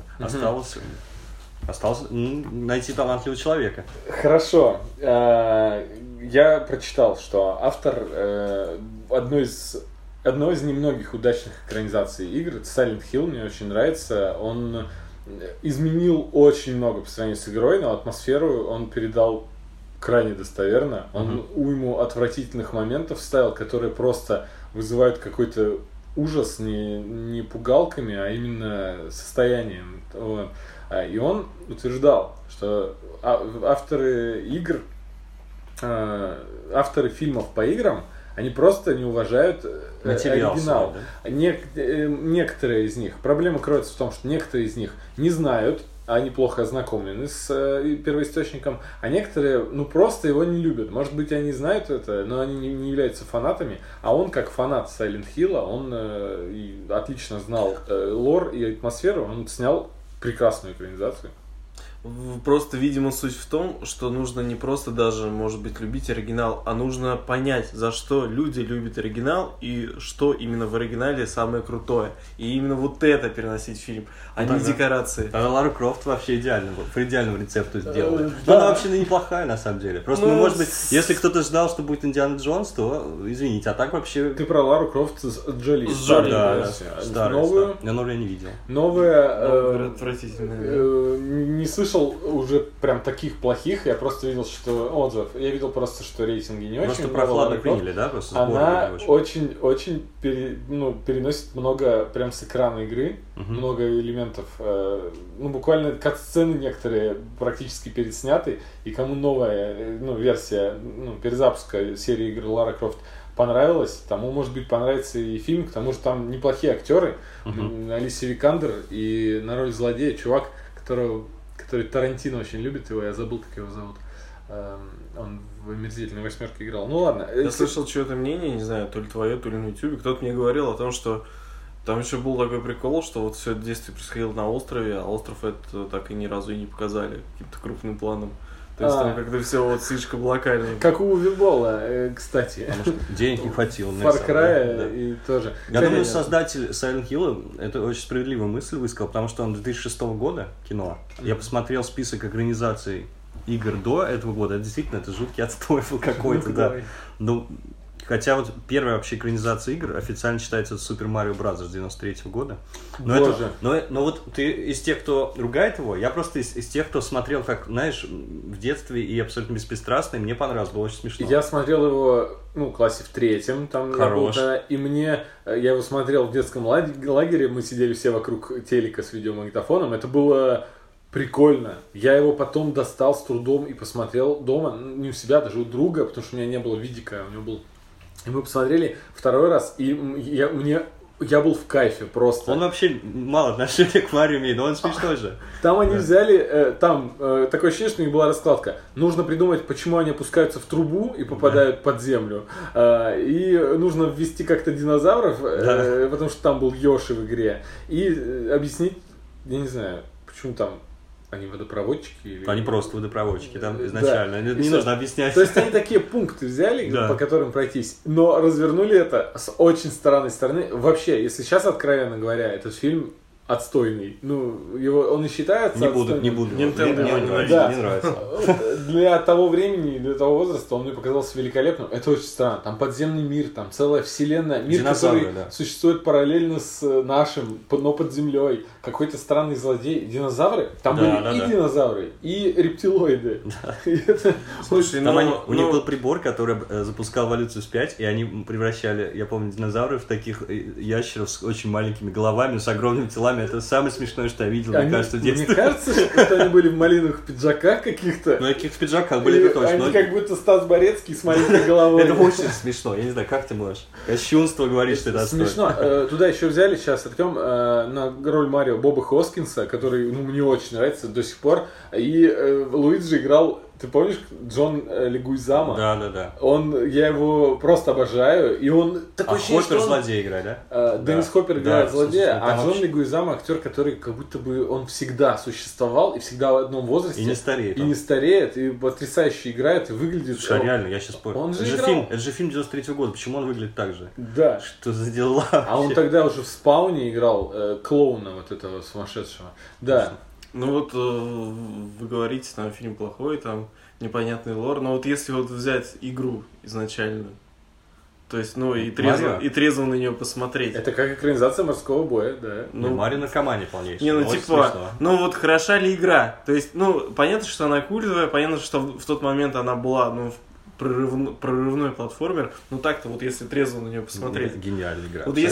Осталось найти талантливого человека. Хорошо. Я прочитал, что автор одной из немногих удачных экранизаций игр, Silent Hill, мне очень нравится. Он изменил очень много по сравнению с игрой, но атмосферу он передал крайне достоверно. Он уйму отвратительных моментов вставил, которые просто вызывают какой-то ужас не пугалками, а именно состоянием. Вот. И он утверждал, что авторы фильмов по играм, они просто не уважают оригинал. Да? Некоторые из них, проблема кроется в том, что некоторые из них не знают, они плохо ознакомлены с первоисточником, а некоторые, просто его не любят. Может быть, они знают это, но они не являются фанатами, а он, как фанат Silent Hill, он отлично знал лор и атмосферу, он снял прекрасную экранизацию. Просто, видимо, суть в том, что нужно не просто даже, может быть, любить оригинал, а нужно понять, за что люди любят оригинал и что именно в оригинале самое крутое. И именно вот это переносить в фильм, а не декорации. Тогда Лара Крофт вообще идеально, по идеальному рецепту сделала. Но она вообще неплохая, на самом деле. Просто, может быть, если кто-то ждал, что будет Индиана Джонс, то, извините, а так вообще... Ты про Лару Крофт с Джоли. С Джоли, да. Новую? Я новую не видел. Новая... Отвратительная. Не слышал уже прям таких плохих, я просто видел, что отзыв. Я видел просто, что рейтинги не очень. Просто прохладно приняли, да? Просто она очень переносит много прям с экрана игры, много элементов. Буквально кат-сцены некоторые практически пересняты, и кому новая версия, перезапуска серии игр Лара Крофт понравилось, тому, может быть, понравится и фильм, к тому же там неплохие актеры. Алисия Викандер и на роль злодея чувак, который Тарантино очень любит его, я забыл, как его зовут. Он в «Омерзительной восьмерке» играл. Ну ладно. Я слышал чье-то мнение, не знаю, то ли твое, то ли на YouTube. Кто-то мне говорил о том, что там еще был такой прикол, что вот все это действие происходило на острове, а остров это так и ни разу и не показали каким-то крупным планом. То есть там как-то все вот слишком локально. Как у Уве, кстати. Потому что денег не хватило. Far Cry и тоже. Я думаю, создатель Silent Hill это очень справедливую мысль высказал, потому что он 2006 года кино. Я посмотрел список экранизаций игр до этого года. Это действительно, это жуткий отстой был какой-то, да. Ну, хотя вот первая вообще экранизация игр официально считается Super Mario Bros. 93 года. Но вот ты из тех, кто ругает его, я просто из тех, кто смотрел, как, знаешь, в детстве и абсолютно беспристрастно, и мне понравилось, было очень смешно. Я смотрел его, классе в 3-м, там, и я его смотрел в детском лагере, мы сидели все вокруг телека с видеомагнитофоном, это было прикольно. Я его потом достал с трудом и посмотрел дома, не у себя, даже у друга, потому что у меня не было видика, у него был... И мы посмотрели второй раз, и я был в кайфе просто. Он вообще мало отношения к Марию имеет, но он смешной же. Там они взяли, такое ощущение, что у них была раскладка. Нужно придумать, почему они опускаются в трубу и попадают под землю. И нужно ввести как-то динозавров, потому что там был Йоши в игре. И объяснить, я не знаю, почему там... Они водопроводчики? Или... Они просто водопроводчики, там изначально. Не нужно объяснять. То есть они такие пункты взяли, по которым пройтись, но развернули это с очень странной стороны. Вообще, если сейчас, откровенно говоря, этот фильм отстойный. Ну, он не считается Не буду. Nintendo не нравится. Для того времени, для того возраста он мне показался великолепным. Это очень странно. Там подземный мир, там целая вселенная. Мир, который существует параллельно с нашим, но под землей. Какой-то странный злодей. Динозавры. Там были и динозавры, и рептилоиды. Слушай, у них был прибор, который запускал эволюцию вспять, и они превращали, я помню, динозавров в таких ящеров с очень маленькими головами, с огромными телами. Это самое смешное, что я видел, мне кажется, в детстве. Мне кажется, что они были в малиновых пиджаках каких-то. Ну, каких пиджаках были, это точно. Они как будто Стас Борецкий с маленькой головой. Это очень смешно. Я не знаю, как ты можешь кощунство говорить, что это отстой. Смешно. Туда еще взяли сейчас, Артем, на роль Марио Боба Хоскинса, который, мне очень нравится до сих пор. И Луиджи играл... Ты помнишь Джон Легуизамо? Да. Я его просто обожаю, и он такой Хоппер злодей играет, да? Деннис Хоппер играет злодея, а Джон Легуизамо актер, который как будто бы он всегда существовал и всегда в одном возрасте. И не стареет. И потрясающе играет, и выглядит... Слушай, реально, я сейчас понял. Это же фильм 93-го года, почему он выглядит так же? Да. Что за дела? А он тогда уже в Спауне играл клоуна вот этого сумасшедшего. Да. Ну вот вы говорите, там фильм плохой, там непонятный лор, но вот если вот взять игру изначальную, то есть, и трезво на нее посмотреть. Это как экранизация «Морского боя», да. Марио наркомания полнейшая. Вот хороша ли игра? То есть, понятно, что она культовая, понятно, что в тот момент она была, прорывной платформер, так-то вот если трезво на нее посмотреть. Гениальная игра. Вот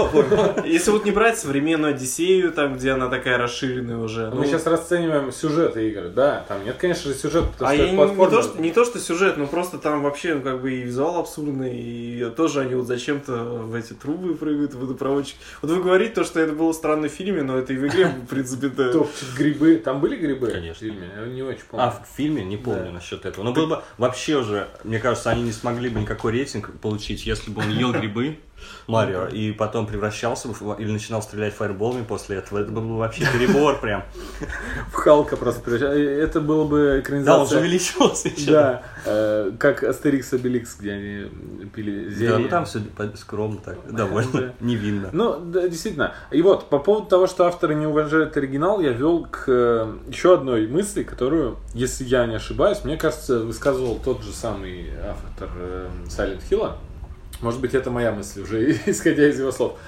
если вот не брать современную Одиссею, там, где она такая расширенная уже. Мы сейчас расцениваем сюжеты игры, да, там нет, конечно же, сюжета, потому что это платформер. Не то, что сюжет, просто там вообще и визуал абсурдный, и тоже они вот зачем-то в эти трубы прыгают, водопроводчик. Вот вы говорите то, что это было странно в фильме, но это и в игре, в принципе, топчет грибы. Там были грибы? Конечно. В фильме? Я не очень помню. В фильме? Не помню насчет этого. Но было бы вообще уже... Мне кажется, они не смогли бы никакой рейтинг получить, если бы он ел грибы, Марио, и потом превращался или начинал стрелять фаерболами после этого. Это был бы вообще перебор прям. В Халка просто превращался. Это было бы экранизация... Да, он же увеличивался еще. Да, как Астерикс Обеликс, где они пили зелье. Да, там все скромно так, довольно невинно. Да, действительно. И вот, по поводу того, что авторы не уважают оригинал, я вел к еще одной мысли, которую, если я не ошибаюсь, мне кажется, высказывал тот же самый автор Silent Hill'а. Может быть, это моя мысль, уже исходя из его слов.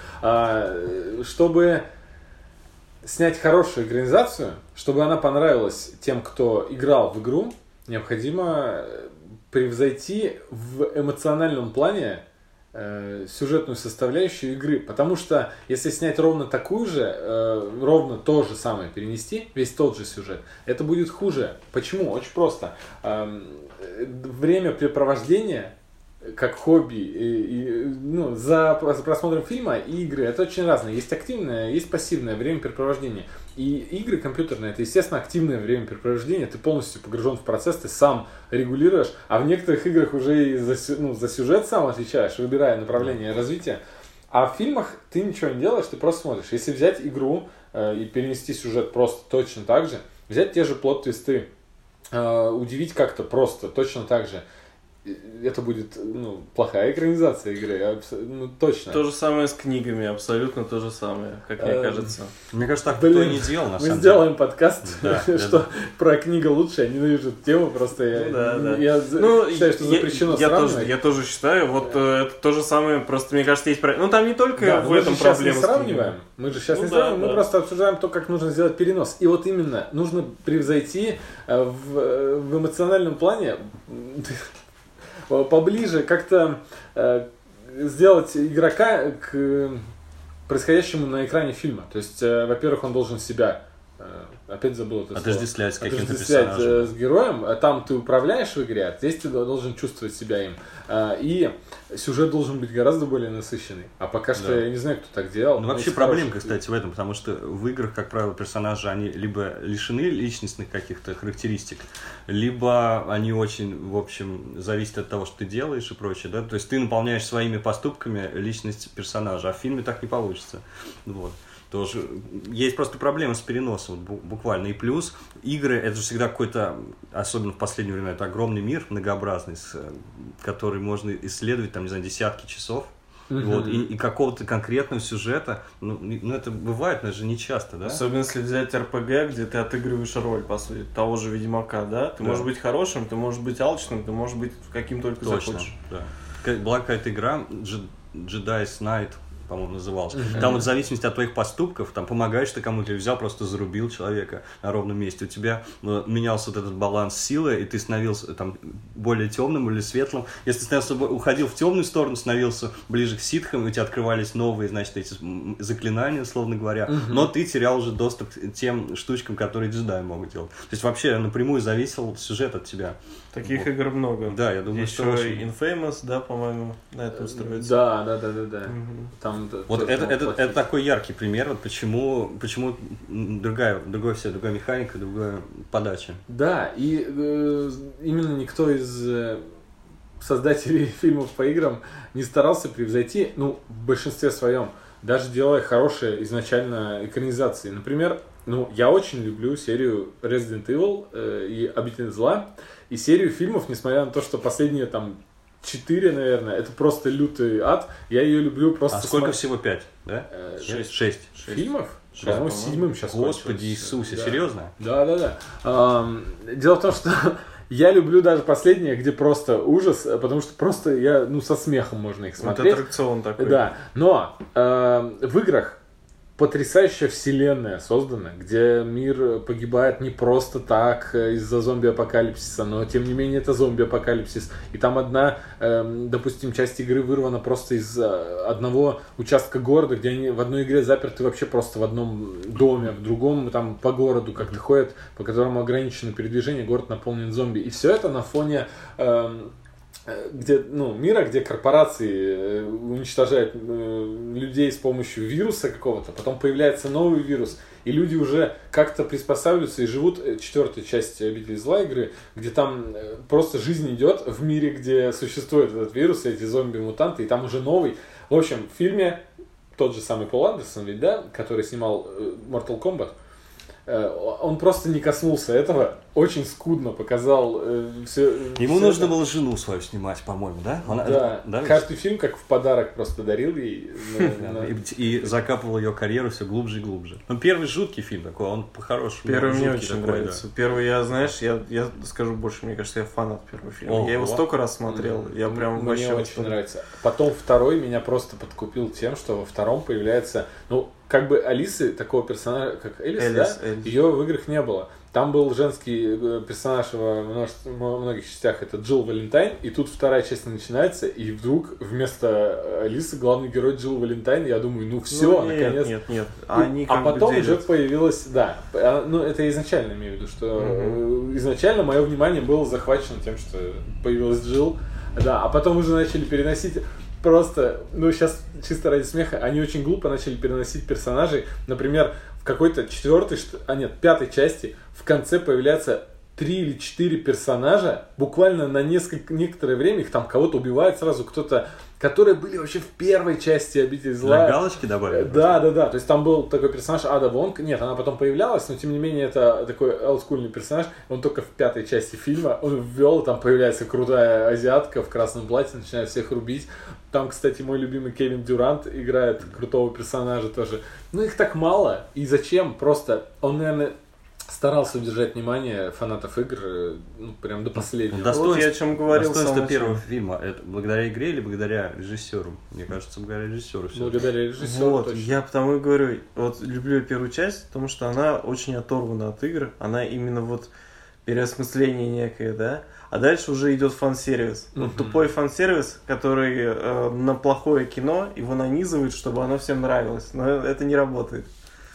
Чтобы снять хорошую экранизацию, чтобы она понравилась тем, кто играл в игру, необходимо превзойти в эмоциональном плане сюжетную составляющую игры. Потому что если снять ровно такую же, ровно то же самое перенести, весь тот же сюжет, это будет хуже. Почему? Очень просто. Времяпрепровождение как хобби, за просмотром фильма и игры, это очень разное. Есть активное, есть пассивное времяпрепровождение. И игры компьютерные, это, естественно, активное времяпрепровождение. Ты полностью погружен в процесс, ты сам регулируешь. А в некоторых играх уже и за сюжет сам отвечаешь, выбирая направление развития. А в фильмах ты ничего не делаешь, ты просто смотришь. Если взять игру и перенести сюжет просто точно так же, взять те же плот-твисты, удивить как-то просто точно так же, это будет плохая экранизация игры, точно. То же самое с книгами, абсолютно то же самое, как мне кажется. Мне кажется, так никто и не делал, на самом деле. Мы сделаем подкаст, что про книгу лучше, я ненавижу эту тему, просто я считаю, что запрещено сравнивать. Я тоже считаю, вот это то же самое, просто мне кажется, есть... там не только в этом проблема. Мы же сейчас не сравниваем, мы просто обсуждаем то, как нужно сделать перенос. И вот именно, нужно превзойти в эмоциональном плане... поближе как-то сделать игрока к происходящему на экране фильма. То есть, во-первых, он должен себя Опять забыл это слово. Отождествлять с каким-то Отождествлять персонажем. с героем. Там ты управляешь в игре, а здесь ты должен чувствовать себя им. И сюжет должен быть гораздо более насыщенный. А пока что я не знаю, кто так делал. Ну, вообще проблемка, кстати, в этом, потому что в играх, как правило, персонажи, они либо лишены личностных каких-то характеристик, либо они очень, в общем, зависят от того, что ты делаешь и прочее, да, то есть ты наполняешь своими поступками личность персонажа, а в фильме так не получится, вот. Тоже есть просто проблемы с переносом, буквально. И плюс, игры, это же всегда какой-то, особенно в последнее время, это огромный мир многообразный, который можно исследовать, там, не знаю, десятки часов. Вот, и какого-то конкретного сюжета, ну, это бывает, но это же не часто, да? Особенно если взять РПГ, где ты отыгрываешь роль, по сути, того же Ведьмака, да? Ты можешь быть хорошим, ты можешь быть алчным, ты можешь быть каким только захочешь. Да. Была какая-то игра, Jedi's Knight, по-моему, называлась. Там вот в зависимости от твоих поступков, там помогаешь ты кому-то, или взял, просто зарубил человека на ровном месте. У тебя менялся вот этот баланс силы, и ты становился там более темным или светлым. Если ты уходил в темную сторону, становился ближе к ситхам, у тебя открывались новые, значит, эти заклинания, условно говоря. Но ты терял уже доступ к тем штучкам, которые джедаи могут делать. То есть вообще напрямую зависел сюжет от тебя. Таких игр много. Да, я думаю, что очень... Infamous, да, по-моему, на этом строится. Да. Там вот это такой яркий пример, вот почему другая механика, другая подача. Да, и именно никто из создателей фильмов по играм не старался превзойти, ну, в большинстве своем, даже делая хорошие изначально экранизации. Например, я очень люблю серию Resident Evil и Обитель зла, и серию фильмов, несмотря на то, что последние там 4, наверное, это просто лютый ад. Я ее люблю просто... А сколько всего? 5, да? 6 фильмов? По-моему, 7-м сейчас. Господи Иисусе, да. Серьезно? Да. Дело в том, что я люблю даже последние, где просто ужас, потому что просто со смехом можно их смотреть. Вот аттракцион такой. Да, но в играх потрясающая вселенная создана, где мир погибает не просто так из-за зомби-апокалипсиса, но тем не менее это зомби-апокалипсис. И там одна, допустим, часть игры вырвана просто из одного участка города, где они в одной игре заперты вообще просто в одном доме, в другом там по городу как-то ходят, по которому ограничено передвижение, город наполнен зомби. И все это на фоне... мира, где корпорации уничтожают людей с помощью вируса какого-то, потом появляется новый вирус, и люди уже как-то приспосабливаются и живут. 4-я часть Обители зла игры, где там просто жизнь идет в мире, где существует этот вирус, эти зомби-мутанты, и там уже новый. В общем, в фильме тот же самый Пол Андерсон, ведь, да, который снимал Mortal Kombat, он просто не коснулся этого, очень скудно показал все. Ему нужно было жену свою снимать, по-моему, да? Да, каждый фильм как в подарок просто дарил ей. И закапывал ее карьеру все глубже и глубже. Ну, первый жуткий фильм такой, он по-хорошему. Первый мне очень нравится. Да. Первый, я скажу больше, мне кажется, я фанат первого фильма. Я его столько раз смотрел, я прям вообще... Мне очень нравится. Потом второй меня просто подкупил тем, что во втором появляется, как бы Алисы, такого персонажа, как Элис, да? Ее в играх не было. Там был женский персонаж во многих частях, это Джилл Валентайн, и тут вторая часть начинается, и вдруг вместо Алисы главный герой Джилл Валентайн, я думаю, все, наконец. Нет. А потом уже появилась, это изначально имею в виду, что изначально мое внимание было захвачено тем, что появилась Джилл, да, а потом уже начали переносить. Просто, сейчас чисто ради смеха, они очень глупо начали переносить персонажей. Например, в какой-то 5-й части в конце появляется 3 или 4 персонажа, буквально на некоторое время их там кого-то убивает сразу, кто-то, которые были вообще в первой части Обители зла. На галочки добавили? Да. То есть там был такой персонаж Ада Вонг. Нет, она потом появлялась, но тем не менее это такой олдскульный персонаж. Он только в 5-й части фильма. Он ввел, там появляется крутая азиатка в красном платье, начинает всех рубить. Там, кстати, мой любимый Кевин Дюрант играет крутого персонажа тоже. Их так мало. И зачем? Просто он, наверное, старался удержать внимание фанатов игр прям до последнего. Вот я о чем говорил. Достоинство первого фильма, это благодаря игре или благодаря режиссеру? Мне кажется, благодаря режиссеру. Благодаря режиссеру. Вот, я потому и говорю, люблю первую часть, потому что она очень оторвана от игр, она именно переосмысление некое, да? А дальше уже идет фан-сервис. Тупой фан-сервис, который на плохое кино его нанизывает, чтобы оно всем нравилось. Но это не работает.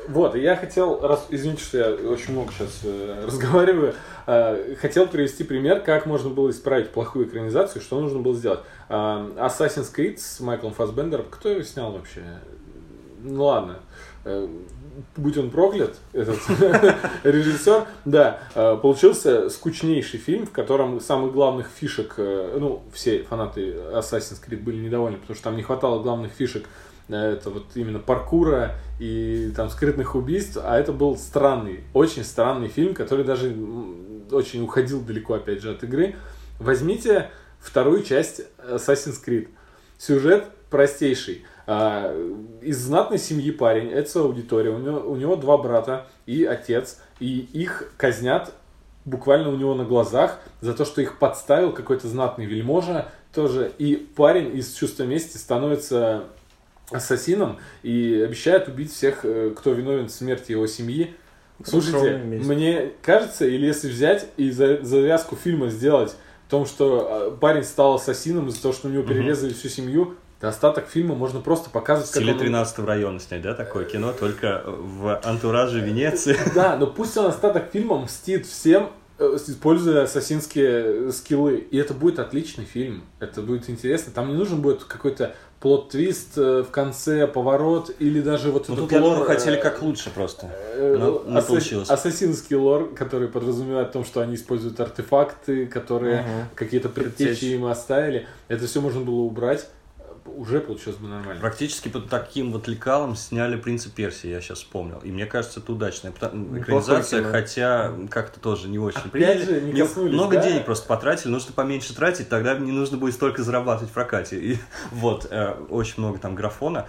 Вот, и я хотел, извините, что я очень много сейчас разговариваю, хотел привести пример, как можно было исправить плохую экранизацию, что нужно было сделать. Assassin's Creed с Майклом Фассбендером, кто его снял вообще? Ну ладно, будь он проклят, этот режиссер, да, получился скучнейший фильм, в котором самых главных фишек, все фанаты Assassin's Creed были недовольны, потому что там не хватало главных фишек, это вот именно паркура и там скрытных убийств, а это был очень странный фильм, который даже очень уходил далеко, опять же, от игры. Возьмите вторую часть Assassin's Creed. Сюжет простейший. Из знатной семьи парень, Эцио Аудитория, у него 2 брата и отец, и их казнят буквально у него на глазах за то, что их подставил какой-то знатный вельможа тоже, и парень из чувства мести становится ассасином и обещает убить всех, кто виновен в смерти его семьи. Слушайте, мне кажется, или если взять и завязку фильма сделать в том, что парень стал ассасином из-за того, что у него перерезали всю семью, остаток фильма можно просто показывать... В стиле 13-го района снять, да, такое кино, только в антураже Венеции. Да, но пусть он остаток фильма мстит всем, используя ассасинские скиллы. И это будет отличный фильм. Это будет интересно. Там не нужен будет какой-то плот-твист в конце, поворот, или даже вот... Ну, тут лор хотели как лучше просто. Но не получилось. Ассасинский лор, который подразумевает о том, что они используют артефакты, которые какие-то предтечи им оставили. Это все можно было убрать. Уже получилось бы нормально. Практически под таким вот лекалом сняли «Принца Персии», я сейчас вспомнил. И мне кажется, это удачная экранизация, хотя как-то тоже не очень приняли. Же не коснулись, много денег просто потратили, нужно поменьше тратить, тогда не нужно будет столько зарабатывать в прокате. И вот, очень много там графона.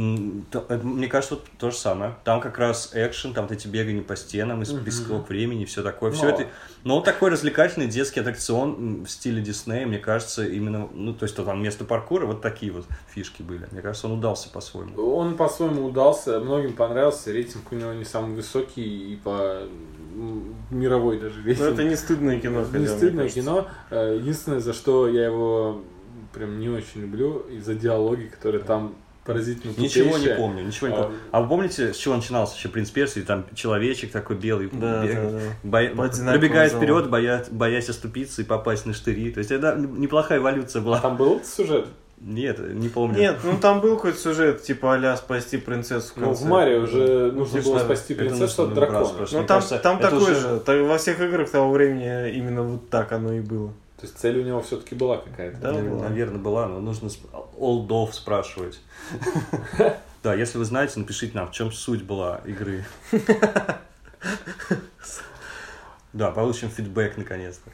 Мне кажется, вот то же самое. Там как раз экшен, там вот эти бегания по стенам, скок времени, все такое. Все это... Но такой развлекательный детский аттракцион в стиле Диснея, мне кажется, именно, то есть там вместо паркура вот такие вот фишки были. Мне кажется, он удался по-своему. Он по-своему удался, многим понравился, рейтинг у него не самый высокий и по мировой даже рейтинг. Но это не стыдное кино. Не стыдное кино. Единственное, за что я его прям не очень люблю, из-за диалоги, которые там поразительно тупейшие. Ничего не помню. А вы помните, с чего начинался вообще «Принц Персии»? Там человечек такой белый пробегает вперед, боясь оступиться и попасть на штыри. То есть это неплохая эволюция была. Там был сюжет? Нет, не помню. Нет, там был какой-то сюжет, типа а-ля спасти принцессу в конце. В Марио уже нужно было спасти принцессу от дракона. Ну там такой же. Во всех играх того времени именно вот так оно и было. То есть цель у него все-таки была какая-то? Да, наверное, была, но нужно олдов спрашивать. Да, если вы знаете, напишите нам, в чем суть была игры. Да, получим фидбэк наконец-то.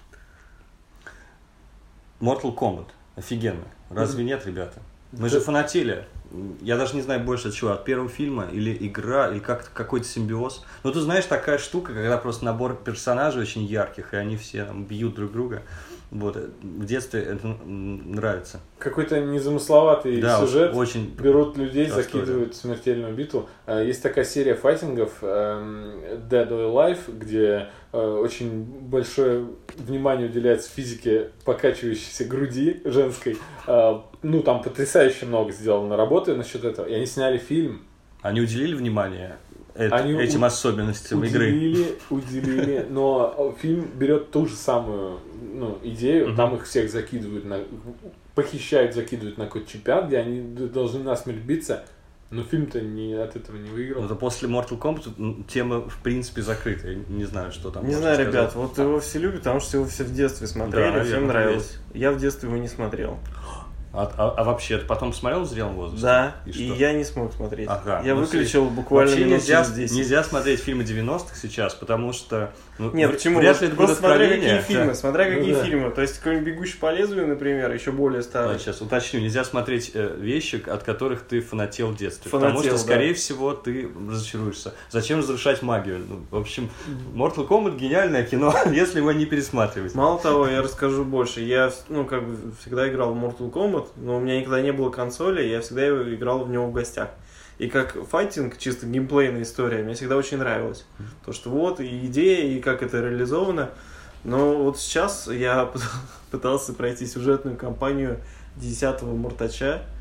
Mortal Kombat. Офигенно. Разве нет, ребята? Мы же фанатели. Я даже не знаю больше от чего. От первого фильма или игра, или какой-то симбиоз. Но ты знаешь, такая штука, когда просто набор персонажей очень ярких, и они все там бьют друг друга. Вот. В детстве это нравится. Какой-то незамысловатый сюжет. Очень берут людей, закидывают в смертельную битву. Есть такая серия файтингов Dead or Alive, где очень большое внимание уделяется физике покачивающейся груди женской. Там потрясающе много сделано работы насчет этого. И они сняли фильм. Они уделили внимание этим особенностям игры? Уделили, но фильм берет ту же самую идею. Там их всех похищают, закидывают на какой-то чемпионат, где они должны насмерть биться. Но фильм-то от этого не выиграл. Это после Mortal Kombat тема, в принципе, закрыта. Я не знаю, что там. Не знаю, ребят, вот его все любят, потому что его все в детстве смотрели, всем нравилось. Я в детстве его не смотрел. А вообще, ты потом смотрел в зрелом возрасте? Да, и я не смог смотреть. Ага. Я выключил буквально минут через 10. Нельзя смотреть фильмы 90-х сейчас, потому что... Нет, почему? Вряд ли это будет откровение. Смотря какие фильмы. То есть, какой-нибудь «Бегущий по лезвию», например, еще более старый. Сейчас уточню. Нельзя смотреть вещи, от которых ты фанател в детстве. Потому что, скорее всего, ты разочаруешься. Зачем разрушать магию? В общем, Mortal Kombat — гениальное кино, если его не пересматривать. Мало того, я расскажу больше. Я, всегда играл в Mortal Kombat, но у меня никогда не было консоли, я всегда играл в него в гостях. И как файтинг, чисто геймплейная история, мне всегда очень нравилось. То, что вот и идея, и как это реализовано. Но вот сейчас я пытался пройти сюжетную кампанию 10-го Мортача.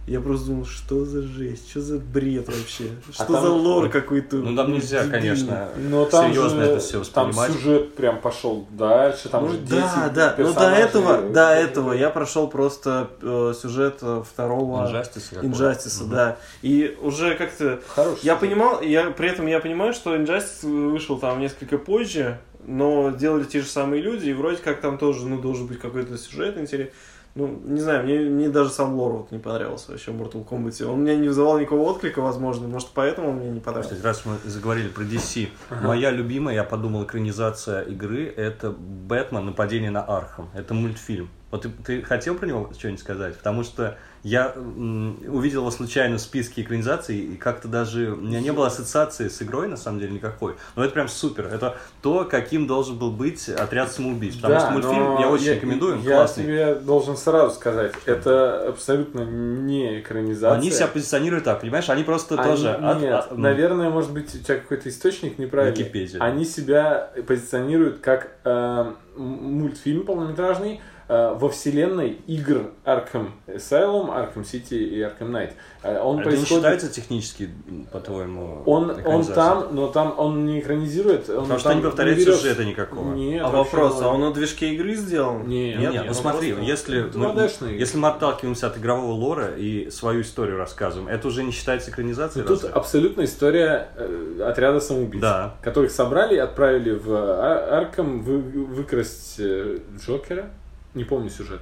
Я просто думал, что за жесть, что за бред вообще, что там- за лор какой-то. Ну, там нельзя, дебильный. конечно, Но там серьезно же, это все там воспринимать. сюжет прям пошел дальше, там Ну, же дети, да, ну персонажи. до этого я прошел просто сюжет второго Injustice какой-то. Injustice, Мгм. да. И уже как-то Хороший я сюжет. понимал, при этом я понимаю, что Injustice вышел там несколько позже, но делали те же самые люди, и вроде как там тоже, должен быть какой-то сюжет интересный. Ну, не знаю, мне даже сам лор вот не понравился вообще в Mortal Kombat. Он меня не вызывал никакого отклика, возможно, может, поэтому он мне не понравился. Кстати, раз мы заговорили про DC, моя любимая, я подумал, экранизация игры — это «Бэтмен. Нападение на Арkham». Это мультфильм. Вот ты хотел про него что-нибудь сказать? Потому что я увидел его случайно в списке экранизаций, и как-то даже у меня не было ассоциации с игрой, на самом деле, никакой. Но это прям супер. Это то, каким должен был быть «Отряд самоубийц». Потому что мультфильм но я очень рекомендую, Я классный. тебе должен сразу сказать, это абсолютно не экранизация. Они себя позиционируют так, понимаешь? Они просто тоже... Нет, наверное, может быть, у тебя какой-то источник неправильный. Википедия. Они себя позиционируют как мультфильм полнометражный во вселенной игр Arkham Asylum, Arkham City и Arkham Knight. Он Это не считается технически, по-твоему, Он экранизацией? там, но там он не экранизирует. Он Потому что там они повторяют не берет- сюжета никакого. Нет, А вообще вопрос, ноль. он на движке игры сделан? Нет, Нет, ну он смотри, просто- если это мы, модешный. если мы отталкиваемся от игрового лора и свою историю рассказываем, это уже не считается экранизацией? Тут разве? абсолютно история отряда самоубийц, Да. которых собрали и отправили в Аркам выкрасть Джокера. Не помню сюжет.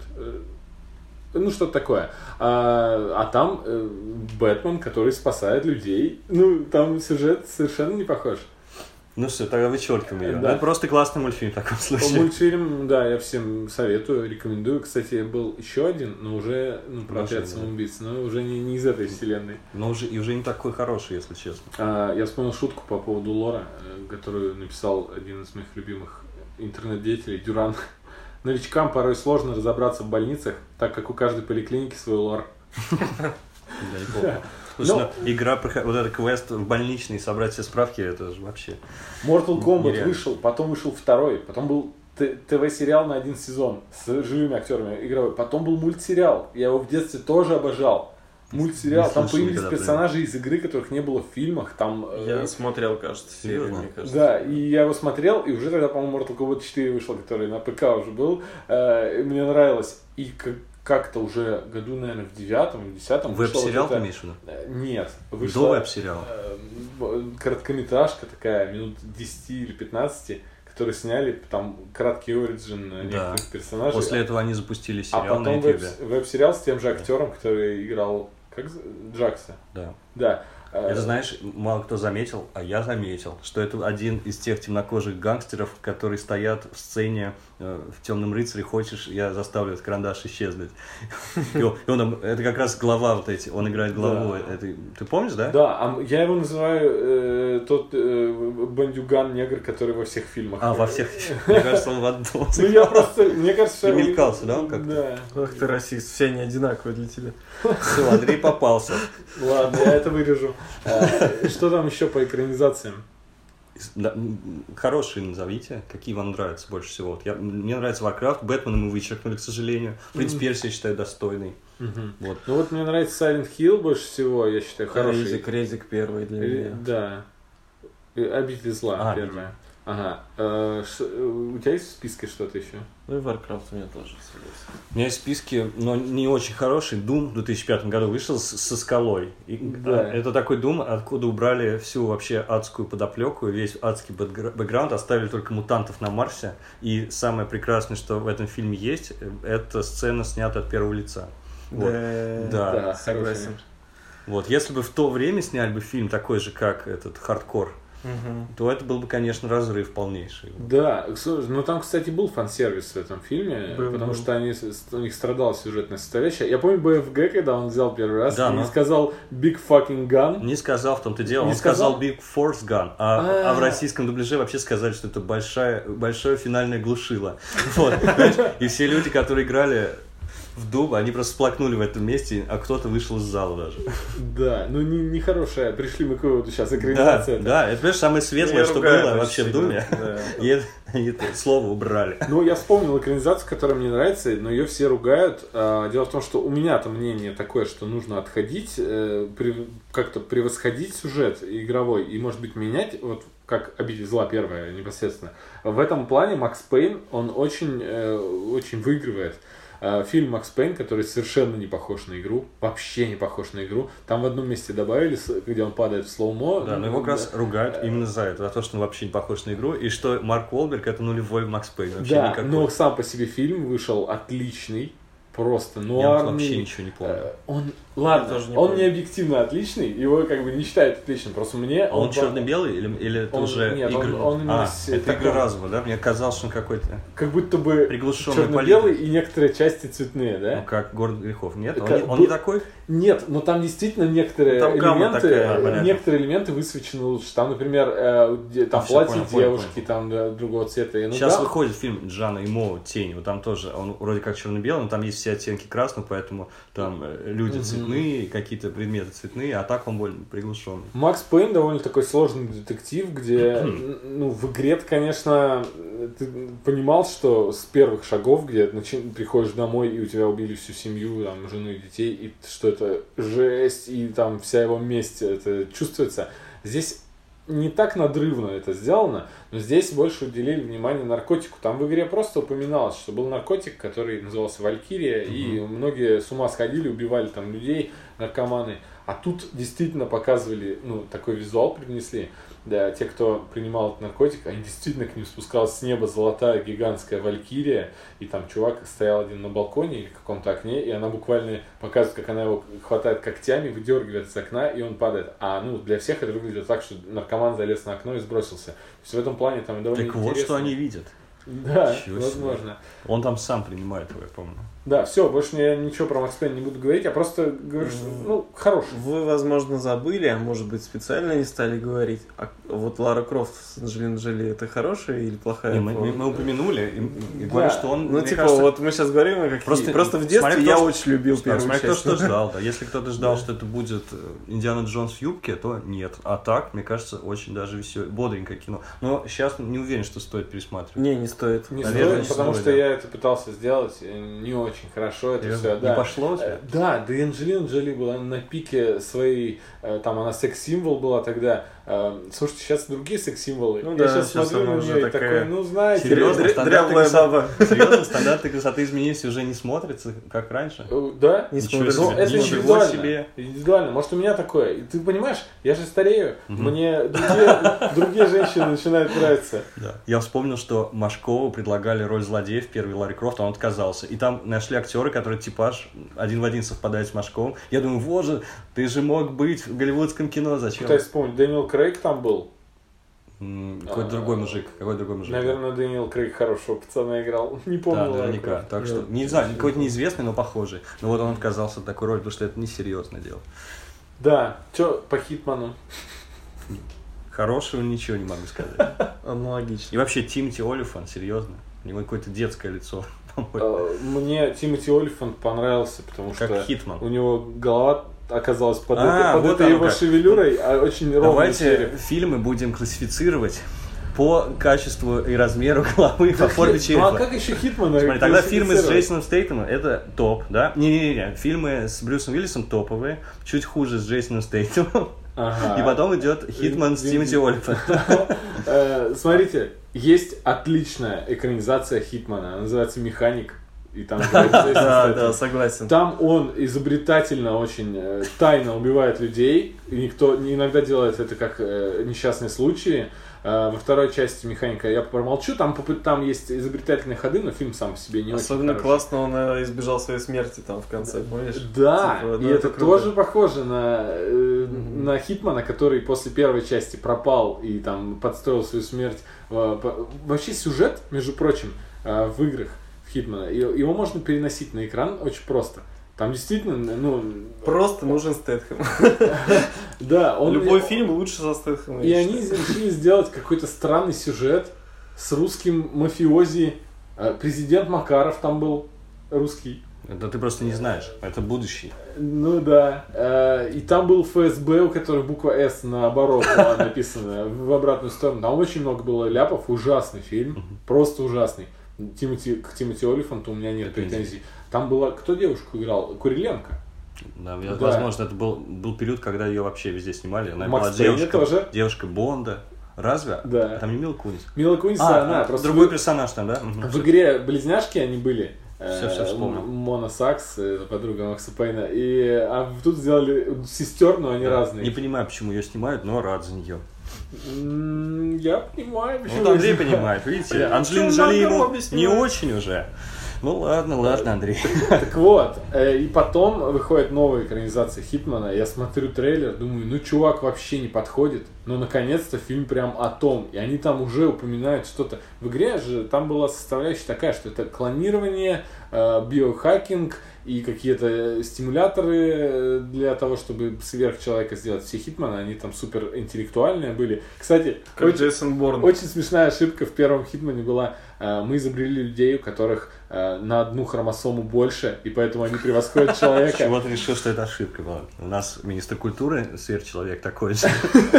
Ну, что-то такое. А там Бэтмен, который спасает людей. Ну, там сюжет совершенно не похож. Ну все, тогда вычеркиваем ее. Да. Это просто классный мультфильм в таком случае. Мультфильм, да, я всем советую, рекомендую. Кстати, был еще один, но уже про Уже, отряд да. самоубийц, но уже не из этой вселенной. Но уже не такой хороший, если честно. Я вспомнил шутку по поводу лора, которую написал один из моих любимых интернет-деятелей, Дюран. Новичкам порой сложно разобраться в больницах, так как у каждой поликлиники свой лор. Да, неплохо. Слушай, ну, игра, вот этот квест в больничный, собрать все справки, это же вообще... Mortal Kombat Нереально. вышел, потом вышел второй, потом был ТВ-сериал на один сезон с живыми актерами игровой, потом был мультсериал, я его в детстве тоже обожал. Мультсериал, Не там слышал появились никогда про персонажи из игры, которых не было в фильмах, там... Я смотрел, кажется, серию, Серьезно? мне кажется. Да, и я его смотрел, и уже тогда, по-моему, Mortal Kombat 4 вышел, который на ПК уже был, и мне нравилось. И как-то уже году, наверное, в 9-м или 10-м... Веб-сериал ты имеешь в виду? Нет. До Вышла веб-сериала? короткометражка такая, минут 10 или 15, которые сняли, там краткий оригин некоторых персонажей. После этого они запустили А сериал на потом YouTube. веб-сериал с тем же актером, который играл Джакса. Да. Да. Это, знаешь, мало кто заметил, а я заметил, что это один из тех темнокожих гангстеров, которые стоят в сцене в «Темном рыцаре». Хочешь, я заставлю этот карандаш исчезнуть. И он, это как раз глава вот эти, он играет главу. Да. Ты помнишь, да? Да, я его называю тот бандюган-негр, который во всех фильмах. Во всех. Мне кажется, он в одном. Ну я просто, мне кажется, что... Примелькался, да, он как-то? Да. Ах ты расист, все они одинаковые для тебя. Все, Андрей попался. Ладно, я это вырежу. Что там еще по экранизациям? Хорошие назовите, какие вам нравятся больше всего. Вот мне нравится Warcraft, Бэтмена мы вычеркнули, к сожалению. Принц Персии, я считаю, достойный. Вот. Ну вот мне нравится Silent Hill больше всего, я считаю, хороший. Резик первый для меня. Да. Обитель зла первая. Ага. У тебя есть в списке что-то еще? Ну и Warcraft у меня тоже согласен. У меня есть списки, но не очень хороший. Doom в 2005 году вышел со скалой. Да. Это такой Doom, откуда убрали всю вообще адскую подоплеку, весь адский бэкграунд, оставили только мутантов на Марсе. И самое прекрасное, что в этом фильме есть, это сцена, снята от первого лица. Вот. Да, согласен. Вот, если бы в то время сняли бы фильм такой же, как этот «Хардкор», то это был бы, конечно, разрыв полнейший. Да, но там, кстати, был фан-сервис в этом фильме, потому что у них страдала сюжетная составляющая. Я помню БФГ, когда он взял первый раз, и сказал «Big fucking gun». Не сказал, в том-то дело, он сказал «Big force gun», а в российском дубляже вообще сказали, что это большое финальное глушило. Вот. И все люди, которые играли в Doom, они просто сплакнули в этом месте, а кто-то вышел из зала даже. Да, ну нехорошая. Пришли мы к выводу сейчас экранизация. Да, это, понимаешь, самое светлое, что было вообще в Думе. И Они это слово убрали. Ну, я вспомнил экранизацию, которая мне нравится, но ее все ругают. Дело в том, что у меня-то мнение такое, что нужно отходить, как-то превосходить сюжет игровой и, может быть, менять, вот как «Обитель зла» первая непосредственно. В этом плане Макс Пейн, он очень выигрывает. Фильм «Макс Пейн», который совершенно не похож на игру, вообще не похож на игру. Там в одном месте добавили, где он падает в слоумо. Да, но его как раз ругают именно за это, за то, что он вообще не похож на игру, и что Марк Уолберг — это нулевой Макс Пейн. Да, никакой. но сам по себе фильм вышел отличный. Просто Я нуарный. вообще ничего не помню. Ладно, он не объективно отличный, его как бы не считают отличным, просто мне... А он черно-белый или это уже нет, игры? он именно это игры разума, да? Мне казалось, что он какой-то как будто бы приглушенный черно-белый и некоторые части цветные, да? Ну как «Город грехов». Нет? Он не такой? Нет, но там действительно некоторые элементы высвечены лучше. Там, например, там платье девушки, там другого цвета. Сейчас выходит фильм Джана Имоу «Тень». Вот там тоже, он вроде как черно-белый, но там есть все оттенки красного, поэтому там люди цветные, какие-то предметы цветные, а так он более приглушенный. Макс Пейн довольно такой сложный детектив, где, в игре, конечно, ты понимал, что с первых шагов, где приходишь домой и у тебя убили всю семью, там, жену и детей, и что это жесть, и там вся его месть, это чувствуется. Здесь не так надрывно это сделано, но здесь больше уделили внимание наркотику. Там в игре просто упоминалось, что был наркотик, который назывался Валькирия, и многие с ума сходили, убивали там людей, наркоманы. А тут действительно показывали, такой визуал принесли. Да, те, кто принимал этот наркотик, они действительно к ним спускалась с неба золотая гигантская валькирия, и там чувак стоял один на балконе или в каком-то окне, и она буквально показывает, как она его хватает когтями, выдергивает из окна, и он падает. А для всех это выглядит так, что наркоман залез на окно и сбросился. То есть в этом плане там довольно интересно. Так вот, что они видят. Да, возможно. Он там сам принимает его, я помню. Да, все, больше я ничего про Макс Пейн не буду говорить, я просто говорю, что, хороший. Вы, возможно, забыли, а может быть, специально не стали говорить. А вот Лара Крофт с Анджелиной Джоли — это хорошая или плохая? Мы упомянули и говорим, что он... Ну, кажется, вот мы сейчас говорим, просто в детстве я очень любил первую часть. Смотри, кто что ждал, да. Если кто-то ждал, что это будет Индиана Джонс в юбке, то нет. А так, мне кажется, очень даже веселое, бодренькое кино. Но сейчас не уверен, что стоит пересматривать. Не стоит. Не стоит, потому что я это пытался сделать, не очень хорошо это все. Не пошло? Да, да и Анджелина Джоли была на пике своей, там она секс-символ была тогда. Слушайте, сейчас другие секс-символы. Я сейчас смотрю на нее и такой, знаете... Дряблая баба. Серьезно, стандарты красоты изменились, уже не смотрятся, как раньше? Да? Не смотрятся. Но это индивидуально. Индивидуально. Может, у меня такое. И ты понимаешь, я же старею, мне другие женщины начинают нравиться. Я вспомнил, что Машкову предлагали роль злодея в первой Ларе Крофт, а он отказался. И там нашли актера, который типаж один в один совпадает с Машковым. Я думаю, вот же, ты же мог быть в голливудском кино, зачем? Пытаюсь вспомнить, Дэниел Крейг там был. Какой другой мужик? Наверное, Дэниел Крейг хорошего пацана играл. Не помню. Да, наверняка. Так что, не знаю, какой-то неизвестный, но похожий. Но вот он отказался от такой роли, потому что это несерьезное дело. Да, что по Хитману? Хорошего ничего не могу сказать. Аналогично. И вообще Тимоти Олифант, серьезно. У него какое-то детское лицо. Мне Тимоти Олифант понравился, потому что Хитман. У него голова оказалась под этой его шевелюрой, очень ровный череп. Давайте фильмы будем классифицировать по качеству и размеру головы, по форме черепа. Ну а как еще Хитмана? Смотри, тогда фильмы с Джейсоном Стейтемом это топ, да? Не-не-не, фильмы с Брюсом Уиллисом топовые, чуть хуже с Джейсоном Стейтемом. И потом идет Хитман с Тимоти Олифантом. Смотрите, есть отличная экранизация Хитмана, она называется «Механик». И там да, согласен. Там он изобретательно очень тайно убивает людей. И никто иногда делает это как несчастные случаи. Во второй части «Механика» я промолчу. Там есть изобретательные ходы, но фильм сам по себе не особенно очень классно он избежал своей смерти там в конце, помнишь? Да, типа, и это тоже похоже на Хитмана, который после первой части пропал и там подстроил свою смерть. Вообще сюжет, между прочим, в играх Хитмана, его можно переносить на экран очень просто. Там действительно, просто нужен Стэтхэм. Да, любой фильм лучше со Стэтхэмом. И они решили сделать какой-то странный сюжет с русским мафиози. Президент Макаров там был русский. Это ты просто не знаешь. Это будущее. Ну да. И там был ФСБ, у которого буква «С» наоборот была написана в обратную сторону. Там очень много было ляпов. Ужасный фильм. Просто ужасный. К Тимоти Олифанту у меня нет претензий. Там была... Кто девушку играл? Куриленко. Да, возможно, это был период, когда ее вообще везде снимали. Она Макс была Пейне тоже. девушка Бонда. Разве? Да. Там не Мила Кунис. Мила Кунис, она. Просто другой персонаж там, да? В игре «Близняшки» они были. Все вспомнил. Мона Сакс, подруга Макса Пейна. А тут сделали сестер, но они разные. Не понимаю, почему ее снимают, но рад за нее. Я понимаю, почему. Вот Андрей понимает, видите? Анджелина Джоли ему не очень уже. Ну ладно, Андрей. Так вот, и потом выходит новая экранизация Хитмана. Я смотрю трейлер, думаю, ну чувак вообще не подходит. Но наконец-то фильм прям о том. И они там уже упоминают что-то. В игре же там была составляющая такая, что это клонирование, биохакинг и какие-то стимуляторы для того, чтобы сверхчеловека сделать. Все Хитманы, они там супер интеллектуальные были. Кстати, как Джейсон Борн. Очень смешная ошибка в первом Хитмане была. Мы изобрели людей, у которых на одну хромосому больше, и поэтому они превосходят человека. Чего ты решил, что это ошибка была? У нас министр культуры, сверхчеловек такой же.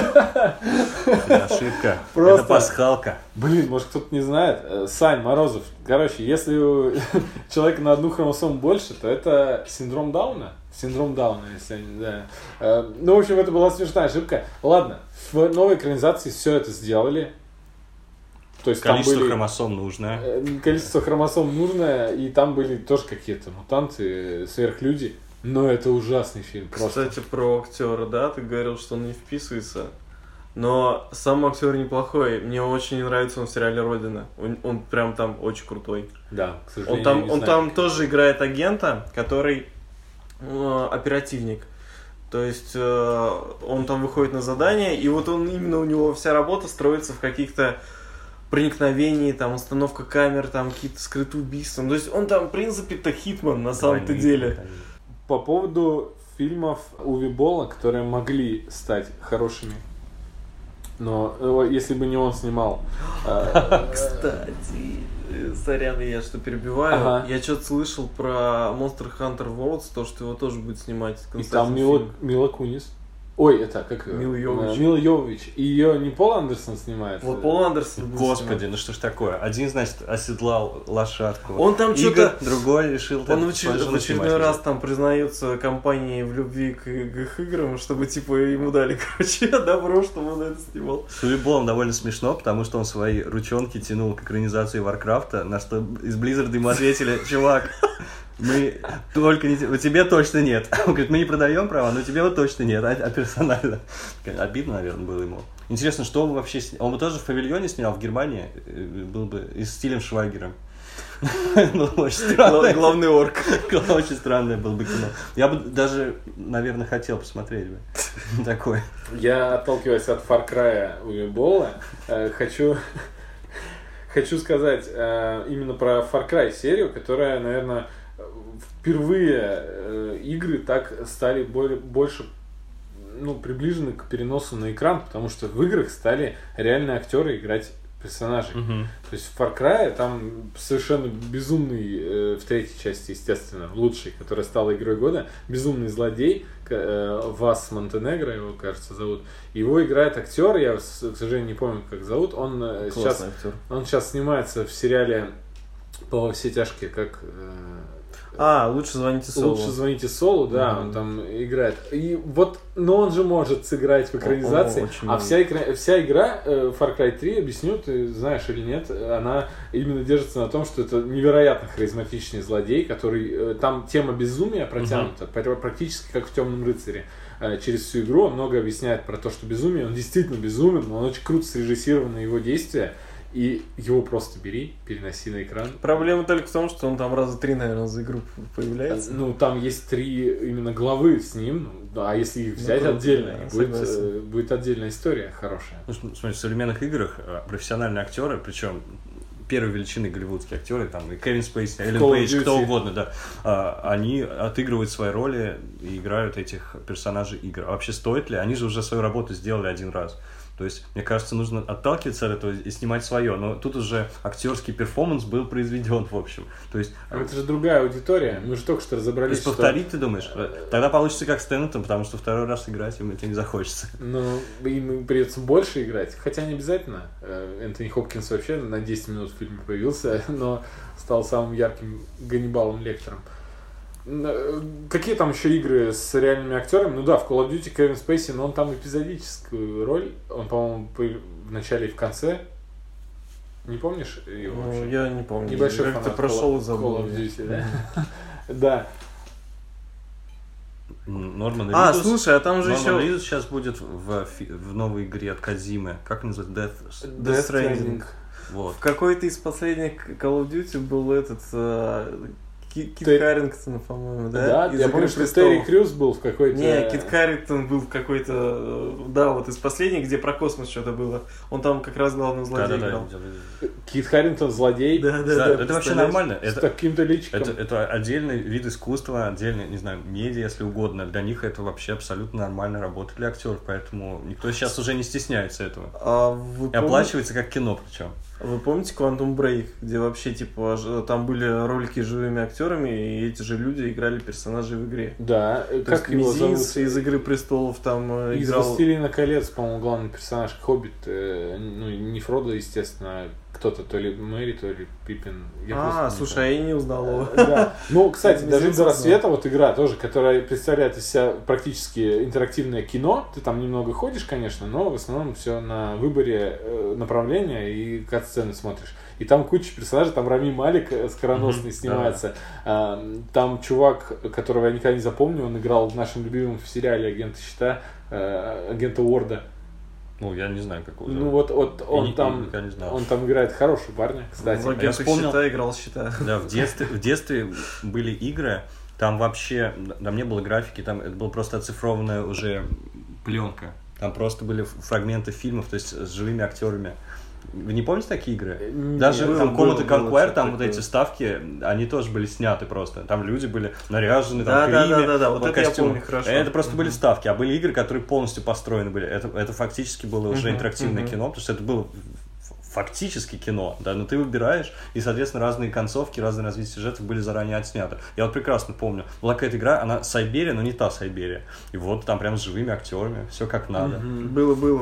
Ошибка. Это пасхалка. Блин, может кто-то не знает. Сань Морозов. Короче, если у человека на одну хромосому больше, то это синдром Дауна. Синдром Дауна, если они, да. Ну, в общем, это была смешная ошибка. Ладно, в новой экранизации все это сделали. То есть количество хромосом нужное. Количество хромосом нужное, и там были тоже какие-то мутанты, сверхлюди. Но это ужасный фильм. Просто. Кстати, про актера, да, ты говорил, что он не вписывается. Но сам актер неплохой. Мне очень нравится он в сериале «Родина». Он прям там очень крутой. Да, к сожалению, он там тоже играет агента, который оперативник. То есть он там выходит на задание, и вот он именно у него вся работа строится в каких-то проникновении, там, установка камер, там, какие-то скрытые убийства. То есть он там, в принципе-то, Хитман на самом-то деле. По поводу фильмов Уви Болла, которые могли стать хорошими, но если бы не он снимал... Кстати, сорян, я что перебиваю. Ага. Я что-то слышал про Monster Hunter Worlds, то, что его тоже будет снимать. И там Мила Кунис. Ой, это как... Мила Йовович. Мила Йовович. И ее не Пол Андерсон снимает? Вот Пол Андерсон. Господи, ну что ж такое? Один, значит, оседлал лошадку. Он там что-то... Другой решил... Он в очередной раз там признается компании в любви к их играм, чтобы, типа, ему дали, короче, добро, чтобы он это снимал. С Уви Боллом довольно смешно, потому что он свои ручонки тянул к экранизации Варкрафта, на что из Blizzard ему ответили: чувак, мы только не... У тебя точно нет. Он говорит, мы не продаем права, но тебе вот точно нет, а персонально. Обидно, наверное, было ему. Интересно, что он вообще снял? Он бы тоже в павильоне снял в Германии, был бы и с Тилем Швайгером. Было очень странное. Главный орк. Очень странное было бы кино. Я бы даже, наверное, хотел посмотреть бы такое. Я, отталкиваясь от Far Cry Уви Болла, хочу сказать именно про Far Cry серию, которая, наверное, впервые игры так стали больше приближены к переносу на экран, потому что в играх стали реальные актеры играть персонажей. То есть в Far Cry там совершенно безумный, в третьей части, естественно, лучший, которая стала игрой года, безумный злодей, Вас Монтенегро его, кажется, зовут. Его играет актер, я, к сожалению, не помню, как зовут. Он сейчас снимается в сериале «Во все тяжкие», как... «Лучше звоните Солу». «Лучше звоните Солу», да, он там играет. И вот, но он же может сыграть в экранизации. Вся игра Far Cry 3, объясню, ты знаешь или нет, она именно держится на том, что это невероятно харизматичный злодей, который... Там тема безумия протянута, практически как в «Темном рыцаре». Через всю игру он много объясняет про то, что безумие, он действительно безумен, но он очень круто срежиссировано его действия. И его просто бери, переноси на экран. Проблема только в том, что он там раза 3, наверное, за игру появляется. Ну, там есть 3 именно главы с ним, а если их взять отдельно, будет отдельная история хорошая. Ну, смотри, в современных играх профессиональные актеры, причем первой величины голливудские актеры, там, и Кевин Спейси, Эллен Call of Пейдж, кто Duty. угодно, да, они отыгрывают свои роли и играют этих персонажей игр. А вообще стоит ли? Они же уже свою работу сделали один раз. То есть, мне кажется, нужно отталкиваться от этого и снимать свое. Но тут уже актерский перформанс был произведен, в общем. То есть, Но это же другая аудитория. Мы же только что разобрались, то есть повторить, ты думаешь? Тогда получится как с Теннетом, потому что второй раз играть им это не захочется. Ну, им придется больше играть. Хотя не обязательно. Энтони Хопкинс вообще на 10 минут в фильме появился, но стал самым ярким Ганнибалом Лектером. Какие там еще игры с реальными актерами? Ну да, в Call of Duty Кевин Спейси, но он там эпизодическую роль. Он, по-моему, в начале и в конце. Не помнишь его вообще? Ну, я не помню. Небольшой как-то фанат прошел и Call забыл. of Duty, да? Да. Норман А, Ридус. слушай, а там же Норман еще... Ридус сейчас будет в новой игре от Кодзимы. Как она называется? Death Stranding. Вот. В какой-то из последних Call of Duty был этот... Кит Ты- Харрингтон, по-моему, да? Да, Из я «Игры помню, что престолов». Терри Крюс был в какой-то... Не, Кит Харрингтон был в какой-то... Да, вот из последних, где про космос что-то было. Он там как раз главного злодея Да-да-да. играл. Кит Харрингтон злодей. Да, Да, это вообще представляешь? нормально. С таким-то личиком. Это отдельный вид искусства, отдельный, не знаю, медиа, если угодно. Для них это вообще абсолютно нормальная работа для актеров, поэтому никто сейчас уже не стесняется этого. А вы И оплачивается как кино причем. Вы помните Quantum Break, где вообще, типа, там были ролики с живыми актерами, и эти же люди играли персонажей в игре? Да, То как есть его Мизинц зовут? из «Игры престолов» там Из играл... «Властелина колец», по-моему, главный персонаж Хоббит. Ну, не Фродо, естественно, кто-то, то ли Мэри, то ли Пиппин. Я просто не слушай, помню. а я не узнал его. Да. Ну, кстати, Мизинцев «Дожить до знал. рассвета», вот игра тоже, которая представляет из себя практически интерактивное кино. Ты там немного ходишь, конечно, но в основном все на выборе направления и кат-сцены смотришь. И там куча персонажей, там Рами Малик скороносный снимается. Там чувак, которого я никогда не запомню, он играл в нашем любимом сериале «Агента Щита», агента Уорда. Ну, я не знаю, какого. Ну вот он там никогда не знал. он там играет хорошего парня, кстати. В «Агентах вспомнил. Щита» играл Щита. Да, в детстве были игры, там вообще, там не было графики, там это была просто оцифрованная уже пленка. Там просто были фрагменты фильмов, то есть с живыми актерами. Вы не помните такие игры? Даже Было, там комнаты было Conquer, что-то там вот такое. эти ставки, они тоже были сняты просто. Там люди были наряжены, там Да, гриме, вот по это я костюмам. помню хорошо. Это просто были ставки, а были игры, которые полностью построены были. Это фактически было уже интерактивное кино, потому что это было фактически кино, да, но ты выбираешь, и, соответственно, разные концовки, разные развития сюжетов были заранее отсняты. Я вот прекрасно помню, была какая-то игра, она Сайберия, но не та Сайберия. И вот там прям с живыми актерами, все как надо. Было.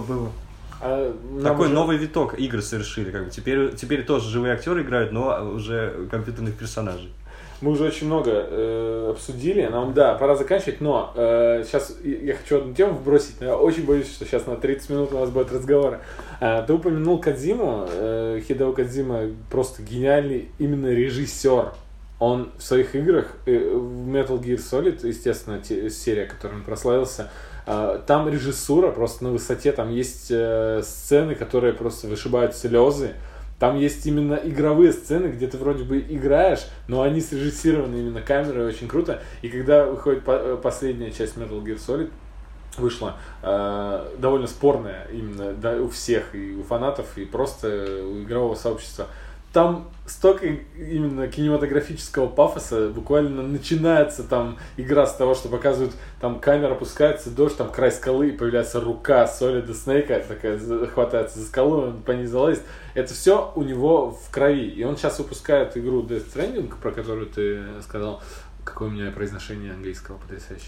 Такой новый виток игр совершили, как бы. Теперь тоже живые актеры играют, но уже компьютерных персонажей. Мы уже очень много обсудили. Нам, да, пора заканчивать, но сейчас я хочу одну тему вбросить, но я очень боюсь, что сейчас на 30 минут у нас будет разговор. Ты упомянул Кодзиму. Хидео Кодзима просто гениальный именно режиссер. Он в своих играх, в Metal Gear Solid, естественно, серия, которой он прославился, там режиссура просто на высоте, там есть сцены, которые просто вышибают слезы. Там есть именно игровые сцены, где ты вроде бы играешь, но они срежиссированы именно камерой, очень круто. И когда выходит последняя часть Metal Gear Solid, вышла довольно спорная именно у всех, и у фанатов, и просто у игрового сообщества. Там столько именно кинематографического пафоса, буквально начинается там игра с того, что показывают, там камера опускается, дождь, там край скалы, и появляется рука Солида Снейка, такая хватается за скалу, он по ней залазит. Это все у него в крови. И он сейчас выпускает игру Death Stranding, про которую ты сказал. Какое у меня произношение английского потрясающее.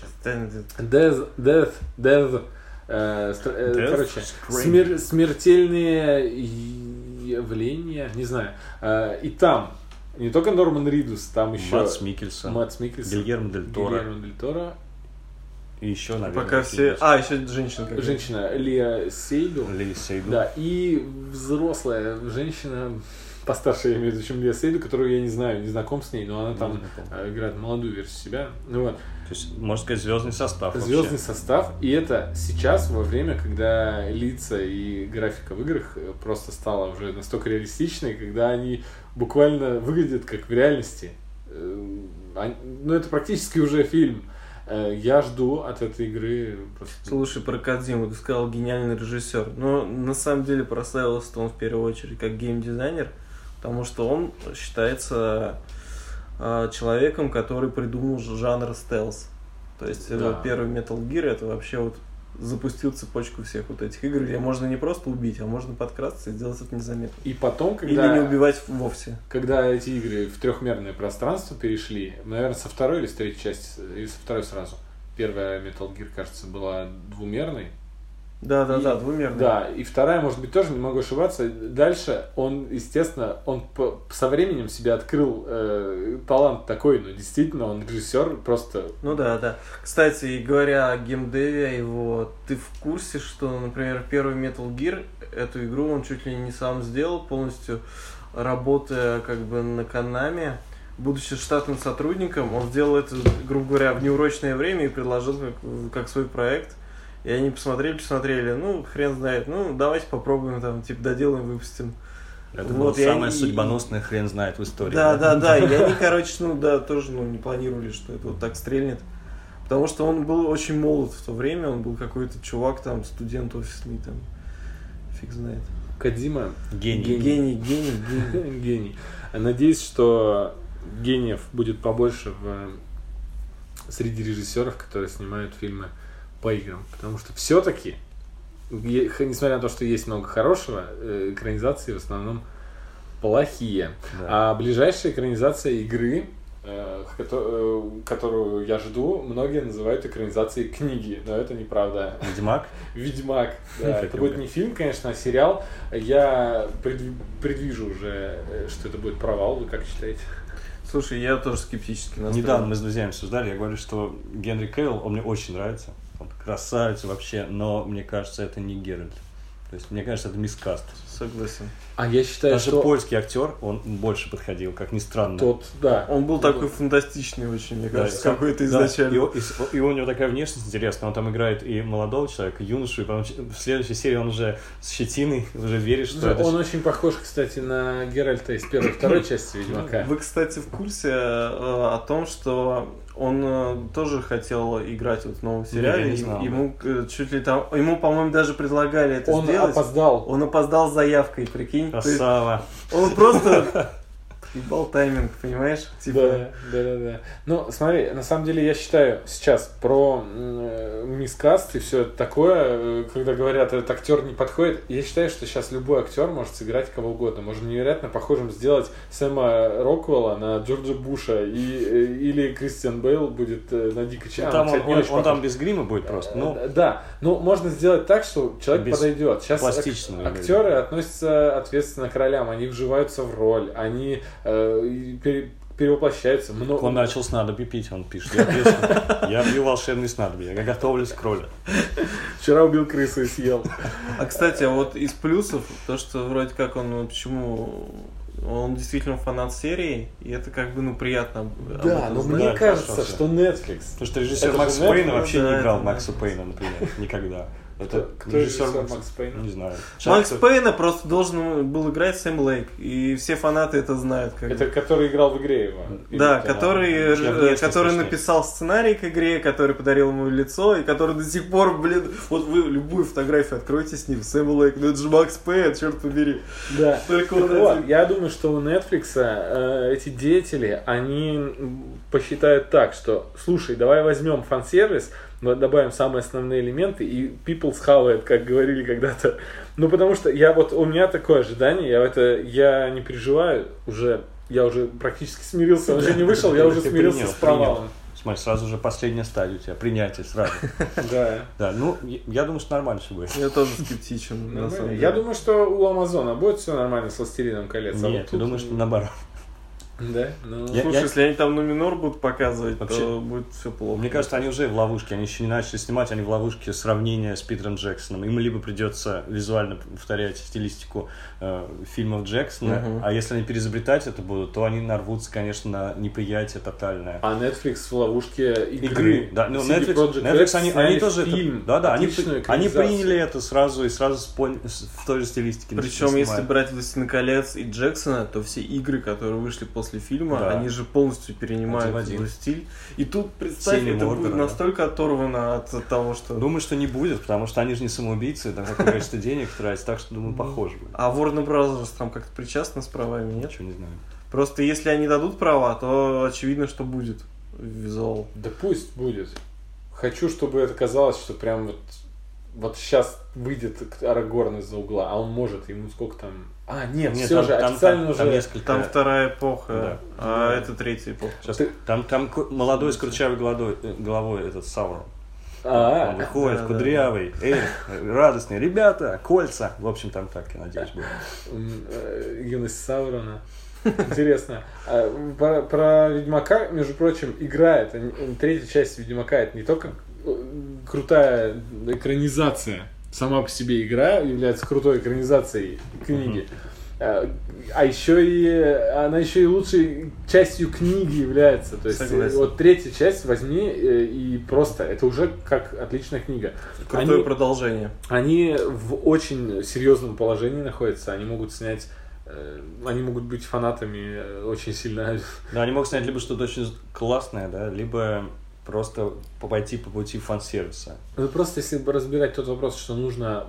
Death. Короче, смертельные явления, не знаю. И там не только Норман Ридус, там еще Мадс Миккельсон, Гильермо Дель Торо. И еще, наверное, Пока все... еще женщина. Женщина Лия Сейду. Да, и взрослая женщина, постарше, я имею в виду, чем Лия Сейду, которую я не знаю, не знаком с ней, но она там играет молодую версию себя. Ну вот. То есть, можно сказать, звездный состав. Звездный состав. И это сейчас, во время, когда лица и графика в играх просто стала уже настолько реалистичной, когда они буквально выглядят как в реальности. Ну, это практически уже фильм. Я жду от этой игры просто... Слушай, про Кодзиму, ты сказал гениальный режиссер. Но на самом деле прославился он в первую очередь как геймдизайнер. потому что он считается человеком, который придумал жанр стелс. То есть первый Metal Gear это вообще вот запустил цепочку всех вот этих игр, где можно не просто убить, а можно подкрасться и сделать это незаметно. И потом, когда... Или не убивать вовсе. Когда эти игры в трехмерное пространство перешли, наверное, со второй или с третьей части, или со второй сразу. Первая Metal Gear, кажется, была двумерной. Да, двумерная. Да, и вторая, может быть, тоже, не могу ошибаться. Дальше он, естественно, со временем себе открыл талант такой, но действительно он режиссер просто... Ну да. Кстати, говоря о геймдеве его, ты в курсе, что, например, первый Metal Gear, эту игру он чуть ли не сам сделал, полностью работая как бы на Konami, будучи штатным сотрудником, он сделал это, грубо говоря, в неурочное время и предложил как свой проект. И они посмотрели, ну, хрен знает, ну, давайте попробуем, там, типа, доделаем, выпустим. Это вот, было самое судьбоносное хрен знает в истории. Да, и они, короче, тоже, не планировали, что это вот так стрельнет. Потому что он был очень молод в то время, он был какой-то чувак, там, студент офисный, там, фиг знает. Кодзима Гений. Надеюсь, что гениев будет побольше среди режиссеров, которые снимают фильмы по играм, потому что все-таки, несмотря на то, что есть много хорошего, экранизации в основном плохие. Да. А ближайшая экранизация игры, которую я жду, многие называют экранизацией книги, но это неправда. Ведьмак, да. Это будет не фильм, конечно, а сериал. Я предвижу уже, что это будет провал. Вы как считаете? Слушай, я тоже скептически настроен. Недавно мы с друзьями обсуждали, я говорю, что Генри Кевилл, он мне очень нравится. Он красавец вообще, но мне кажется, это не Геральт. То есть, мне кажется, это мискаст. Согласен. А я считаю, даже что... польский актер, он больше подходил, как ни странно. Он был такой фантастичный очень, мне кажется, какой-то изначально. И у него такая внешность интересная. Он там играет и молодого человека, и юношу, и потом в следующей серии он уже с щетиной, уже веришь, что это... Он очень похож, кстати, на Геральта из первой и второй части Ведьмака. Вы, кстати, в курсе о том, что он тоже хотел играть вот в новом сериале, ему чуть ли там, ему, по-моему, даже предлагали это сделать. Он опоздал с заявкой, прикинь. Красава. Он просто ебал тайминг, понимаешь? Типа... Да. Ну, смотри, на самом деле я считаю сейчас про мискаст и все такое, когда говорят, этот актер не подходит, я считаю, что сейчас любой актер может сыграть кого угодно. Можно невероятно похожим сделать Сэма Роквелла на Джорджа Буша, или Кристиан Бейл будет на Дика Чана. Он там без грима будет просто. Да, но можно сделать так, что человек подойдет. Сейчас актеры относятся ответственно к ролям, они вживаются в роль, они перевоплощаются. Он начал снадобье пить, он пишет. Я пью волшебный снадобье, я готовлюсь к роли. Вчера убил крысу и съел. А, кстати, вот из плюсов, то, что вроде как почему... Он действительно фанат серии, и это как бы, приятно. Да, но мне кажется, что Netflix... Потому что режиссер Макса Пейна вообще не играл Макса Пейна, например, никогда. Это кто режиссер Макса Пейна? Не знаю. Макс Пейна просто должен был играть Сэм Лейк, и все фанаты это знают. Это который играл в игре его? Да, который написал сценарий к игре, который подарил ему лицо, и который до сих пор, вот вы любую фотографию откройте с ним, Сэм Лейк, это же Макс Пейн, черт побери. Да. Я думаю, что у Netflix эти деятели, они посчитают так, что, слушай, давай возьмем фан-сервис, добавим самые основные элементы, и people схавает, как говорили когда-то. Потому что у меня такое ожидание, я не переживаю, я уже практически смирился, он уже не вышел, я уже смирился с провалом. Смотри, сразу же последняя стадия у тебя, принятие сразу. Да. Да, я думаю, что нормально все будет. Я тоже скептичен, на самом деле. Я думаю, что у Амазона будет все нормально с «Властелином колец». Нет, я думаю, что наоборот. Да? Слушай, если они там Нуминор будут показывать, вообще, то будет все плохо. Мне кажется, они уже в ловушке, они еще не начали снимать, они в ловушке сравнения с Питером Джексоном. Им либо придется визуально повторять стилистику фильмов Джексона, а если они переизобретать это будут, то они нарвутся, конечно, на неприятие тотальное. А Netflix в ловушке игры. Да, Netflix они тоже фильм. Они приняли это сразу и сразу в той же стилистике. Причем, если брать «Властелин колец» и Джексона, то все игры, которые вышли после после фильма, Да. они же полностью перенимают Один в один. этот стиль. И тут, представь, Тени это Мордора, будет да. настолько оторвано от того, что... Думаю, что не будет, потому что они же не самоубийцы, там такое количество денег тратят, так что, думаю, похоже будет. А Warner Bros. Там как-то причастны с правами, нет? Ничего не знаю. Просто если они дадут права, то очевидно, что будет визуал. Да пусть будет. Хочу, чтобы это казалось, что прям вот сейчас выйдет Арагорн из-за угла, а он может, ему сколько там... Нет, все там- же, там- официально там- уже... там несколько... Там вторая эпоха, Да. а это третья эпоха. Сейчас, там молодой с кручавой головой этот Саурон. Он А, выходит, да, кудрявый, радостный. Ребята, кольца. В общем, там так, я надеюсь, будет. юность Саурона. Интересно. Про Ведьмака, между прочим, игра, это третья часть Ведьмака, это не только крутая экранизация. Сама по себе игра является крутой экранизацией книги. А еще и она еще и лучшей частью книги является. То есть Согласен. вот третья часть возьми и просто это уже как отличная книга. Крутое продолжение. Они в очень серьезном положении находятся. Они могут снять, они могут быть фанатами очень сильно. Да, они могут снять либо что-то очень классное, да, либо просто пойти по пути фан-сервиса. Ну просто если бы разбирать тот вопрос, что нужно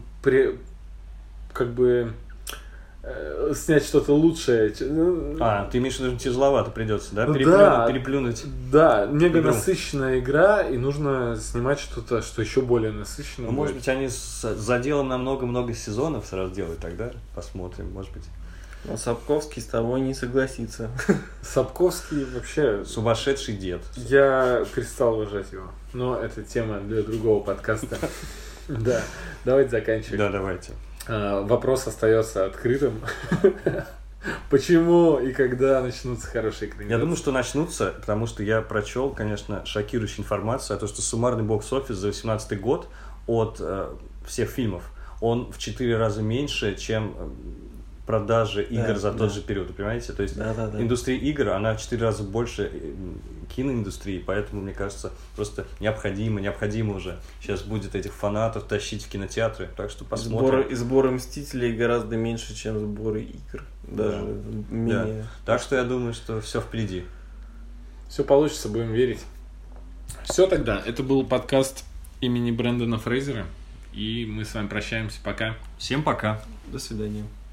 как бы снять что-то лучшее. Ты имеешь в виду, тяжеловато придется, да? Да. Переплюнуть. Да, мега игру. насыщенная игра, и нужно снимать что-то, что еще более насыщенное. Ну, может быть, они с заделом на много-много сезонов сразу делают тогда. Посмотрим, может быть. Но Сапковский с тобой не согласится. Сапковский вообще... Сумасшедший дед. Я перестал уважать его. Но это тема для другого подкаста. Да, давайте заканчивать. Да, давайте. Вопрос остается открытым. Почему и когда начнутся хорошие экранизации? Я думаю, что начнутся, потому что я прочел, конечно, шокирующую информацию о том, что суммарный бокс-офис за 2018 год от всех фильмов, он в 4 раза меньше, чем продажи игр за тот же период, вы понимаете? То есть индустрия игр, она в 4 раза больше киноиндустрии, поэтому, мне кажется, просто необходимо уже сейчас будет этих фанатов тащить в кинотеатры, так что посмотрим. И сборы Мстителей гораздо меньше, чем сборы игр. Даже менее. Да. Так что я думаю, что все впереди. Все получится, будем верить. Все тогда. Это был подкаст имени Брэндона Фрейзера. И мы с вами прощаемся. Пока. Всем пока. До свидания.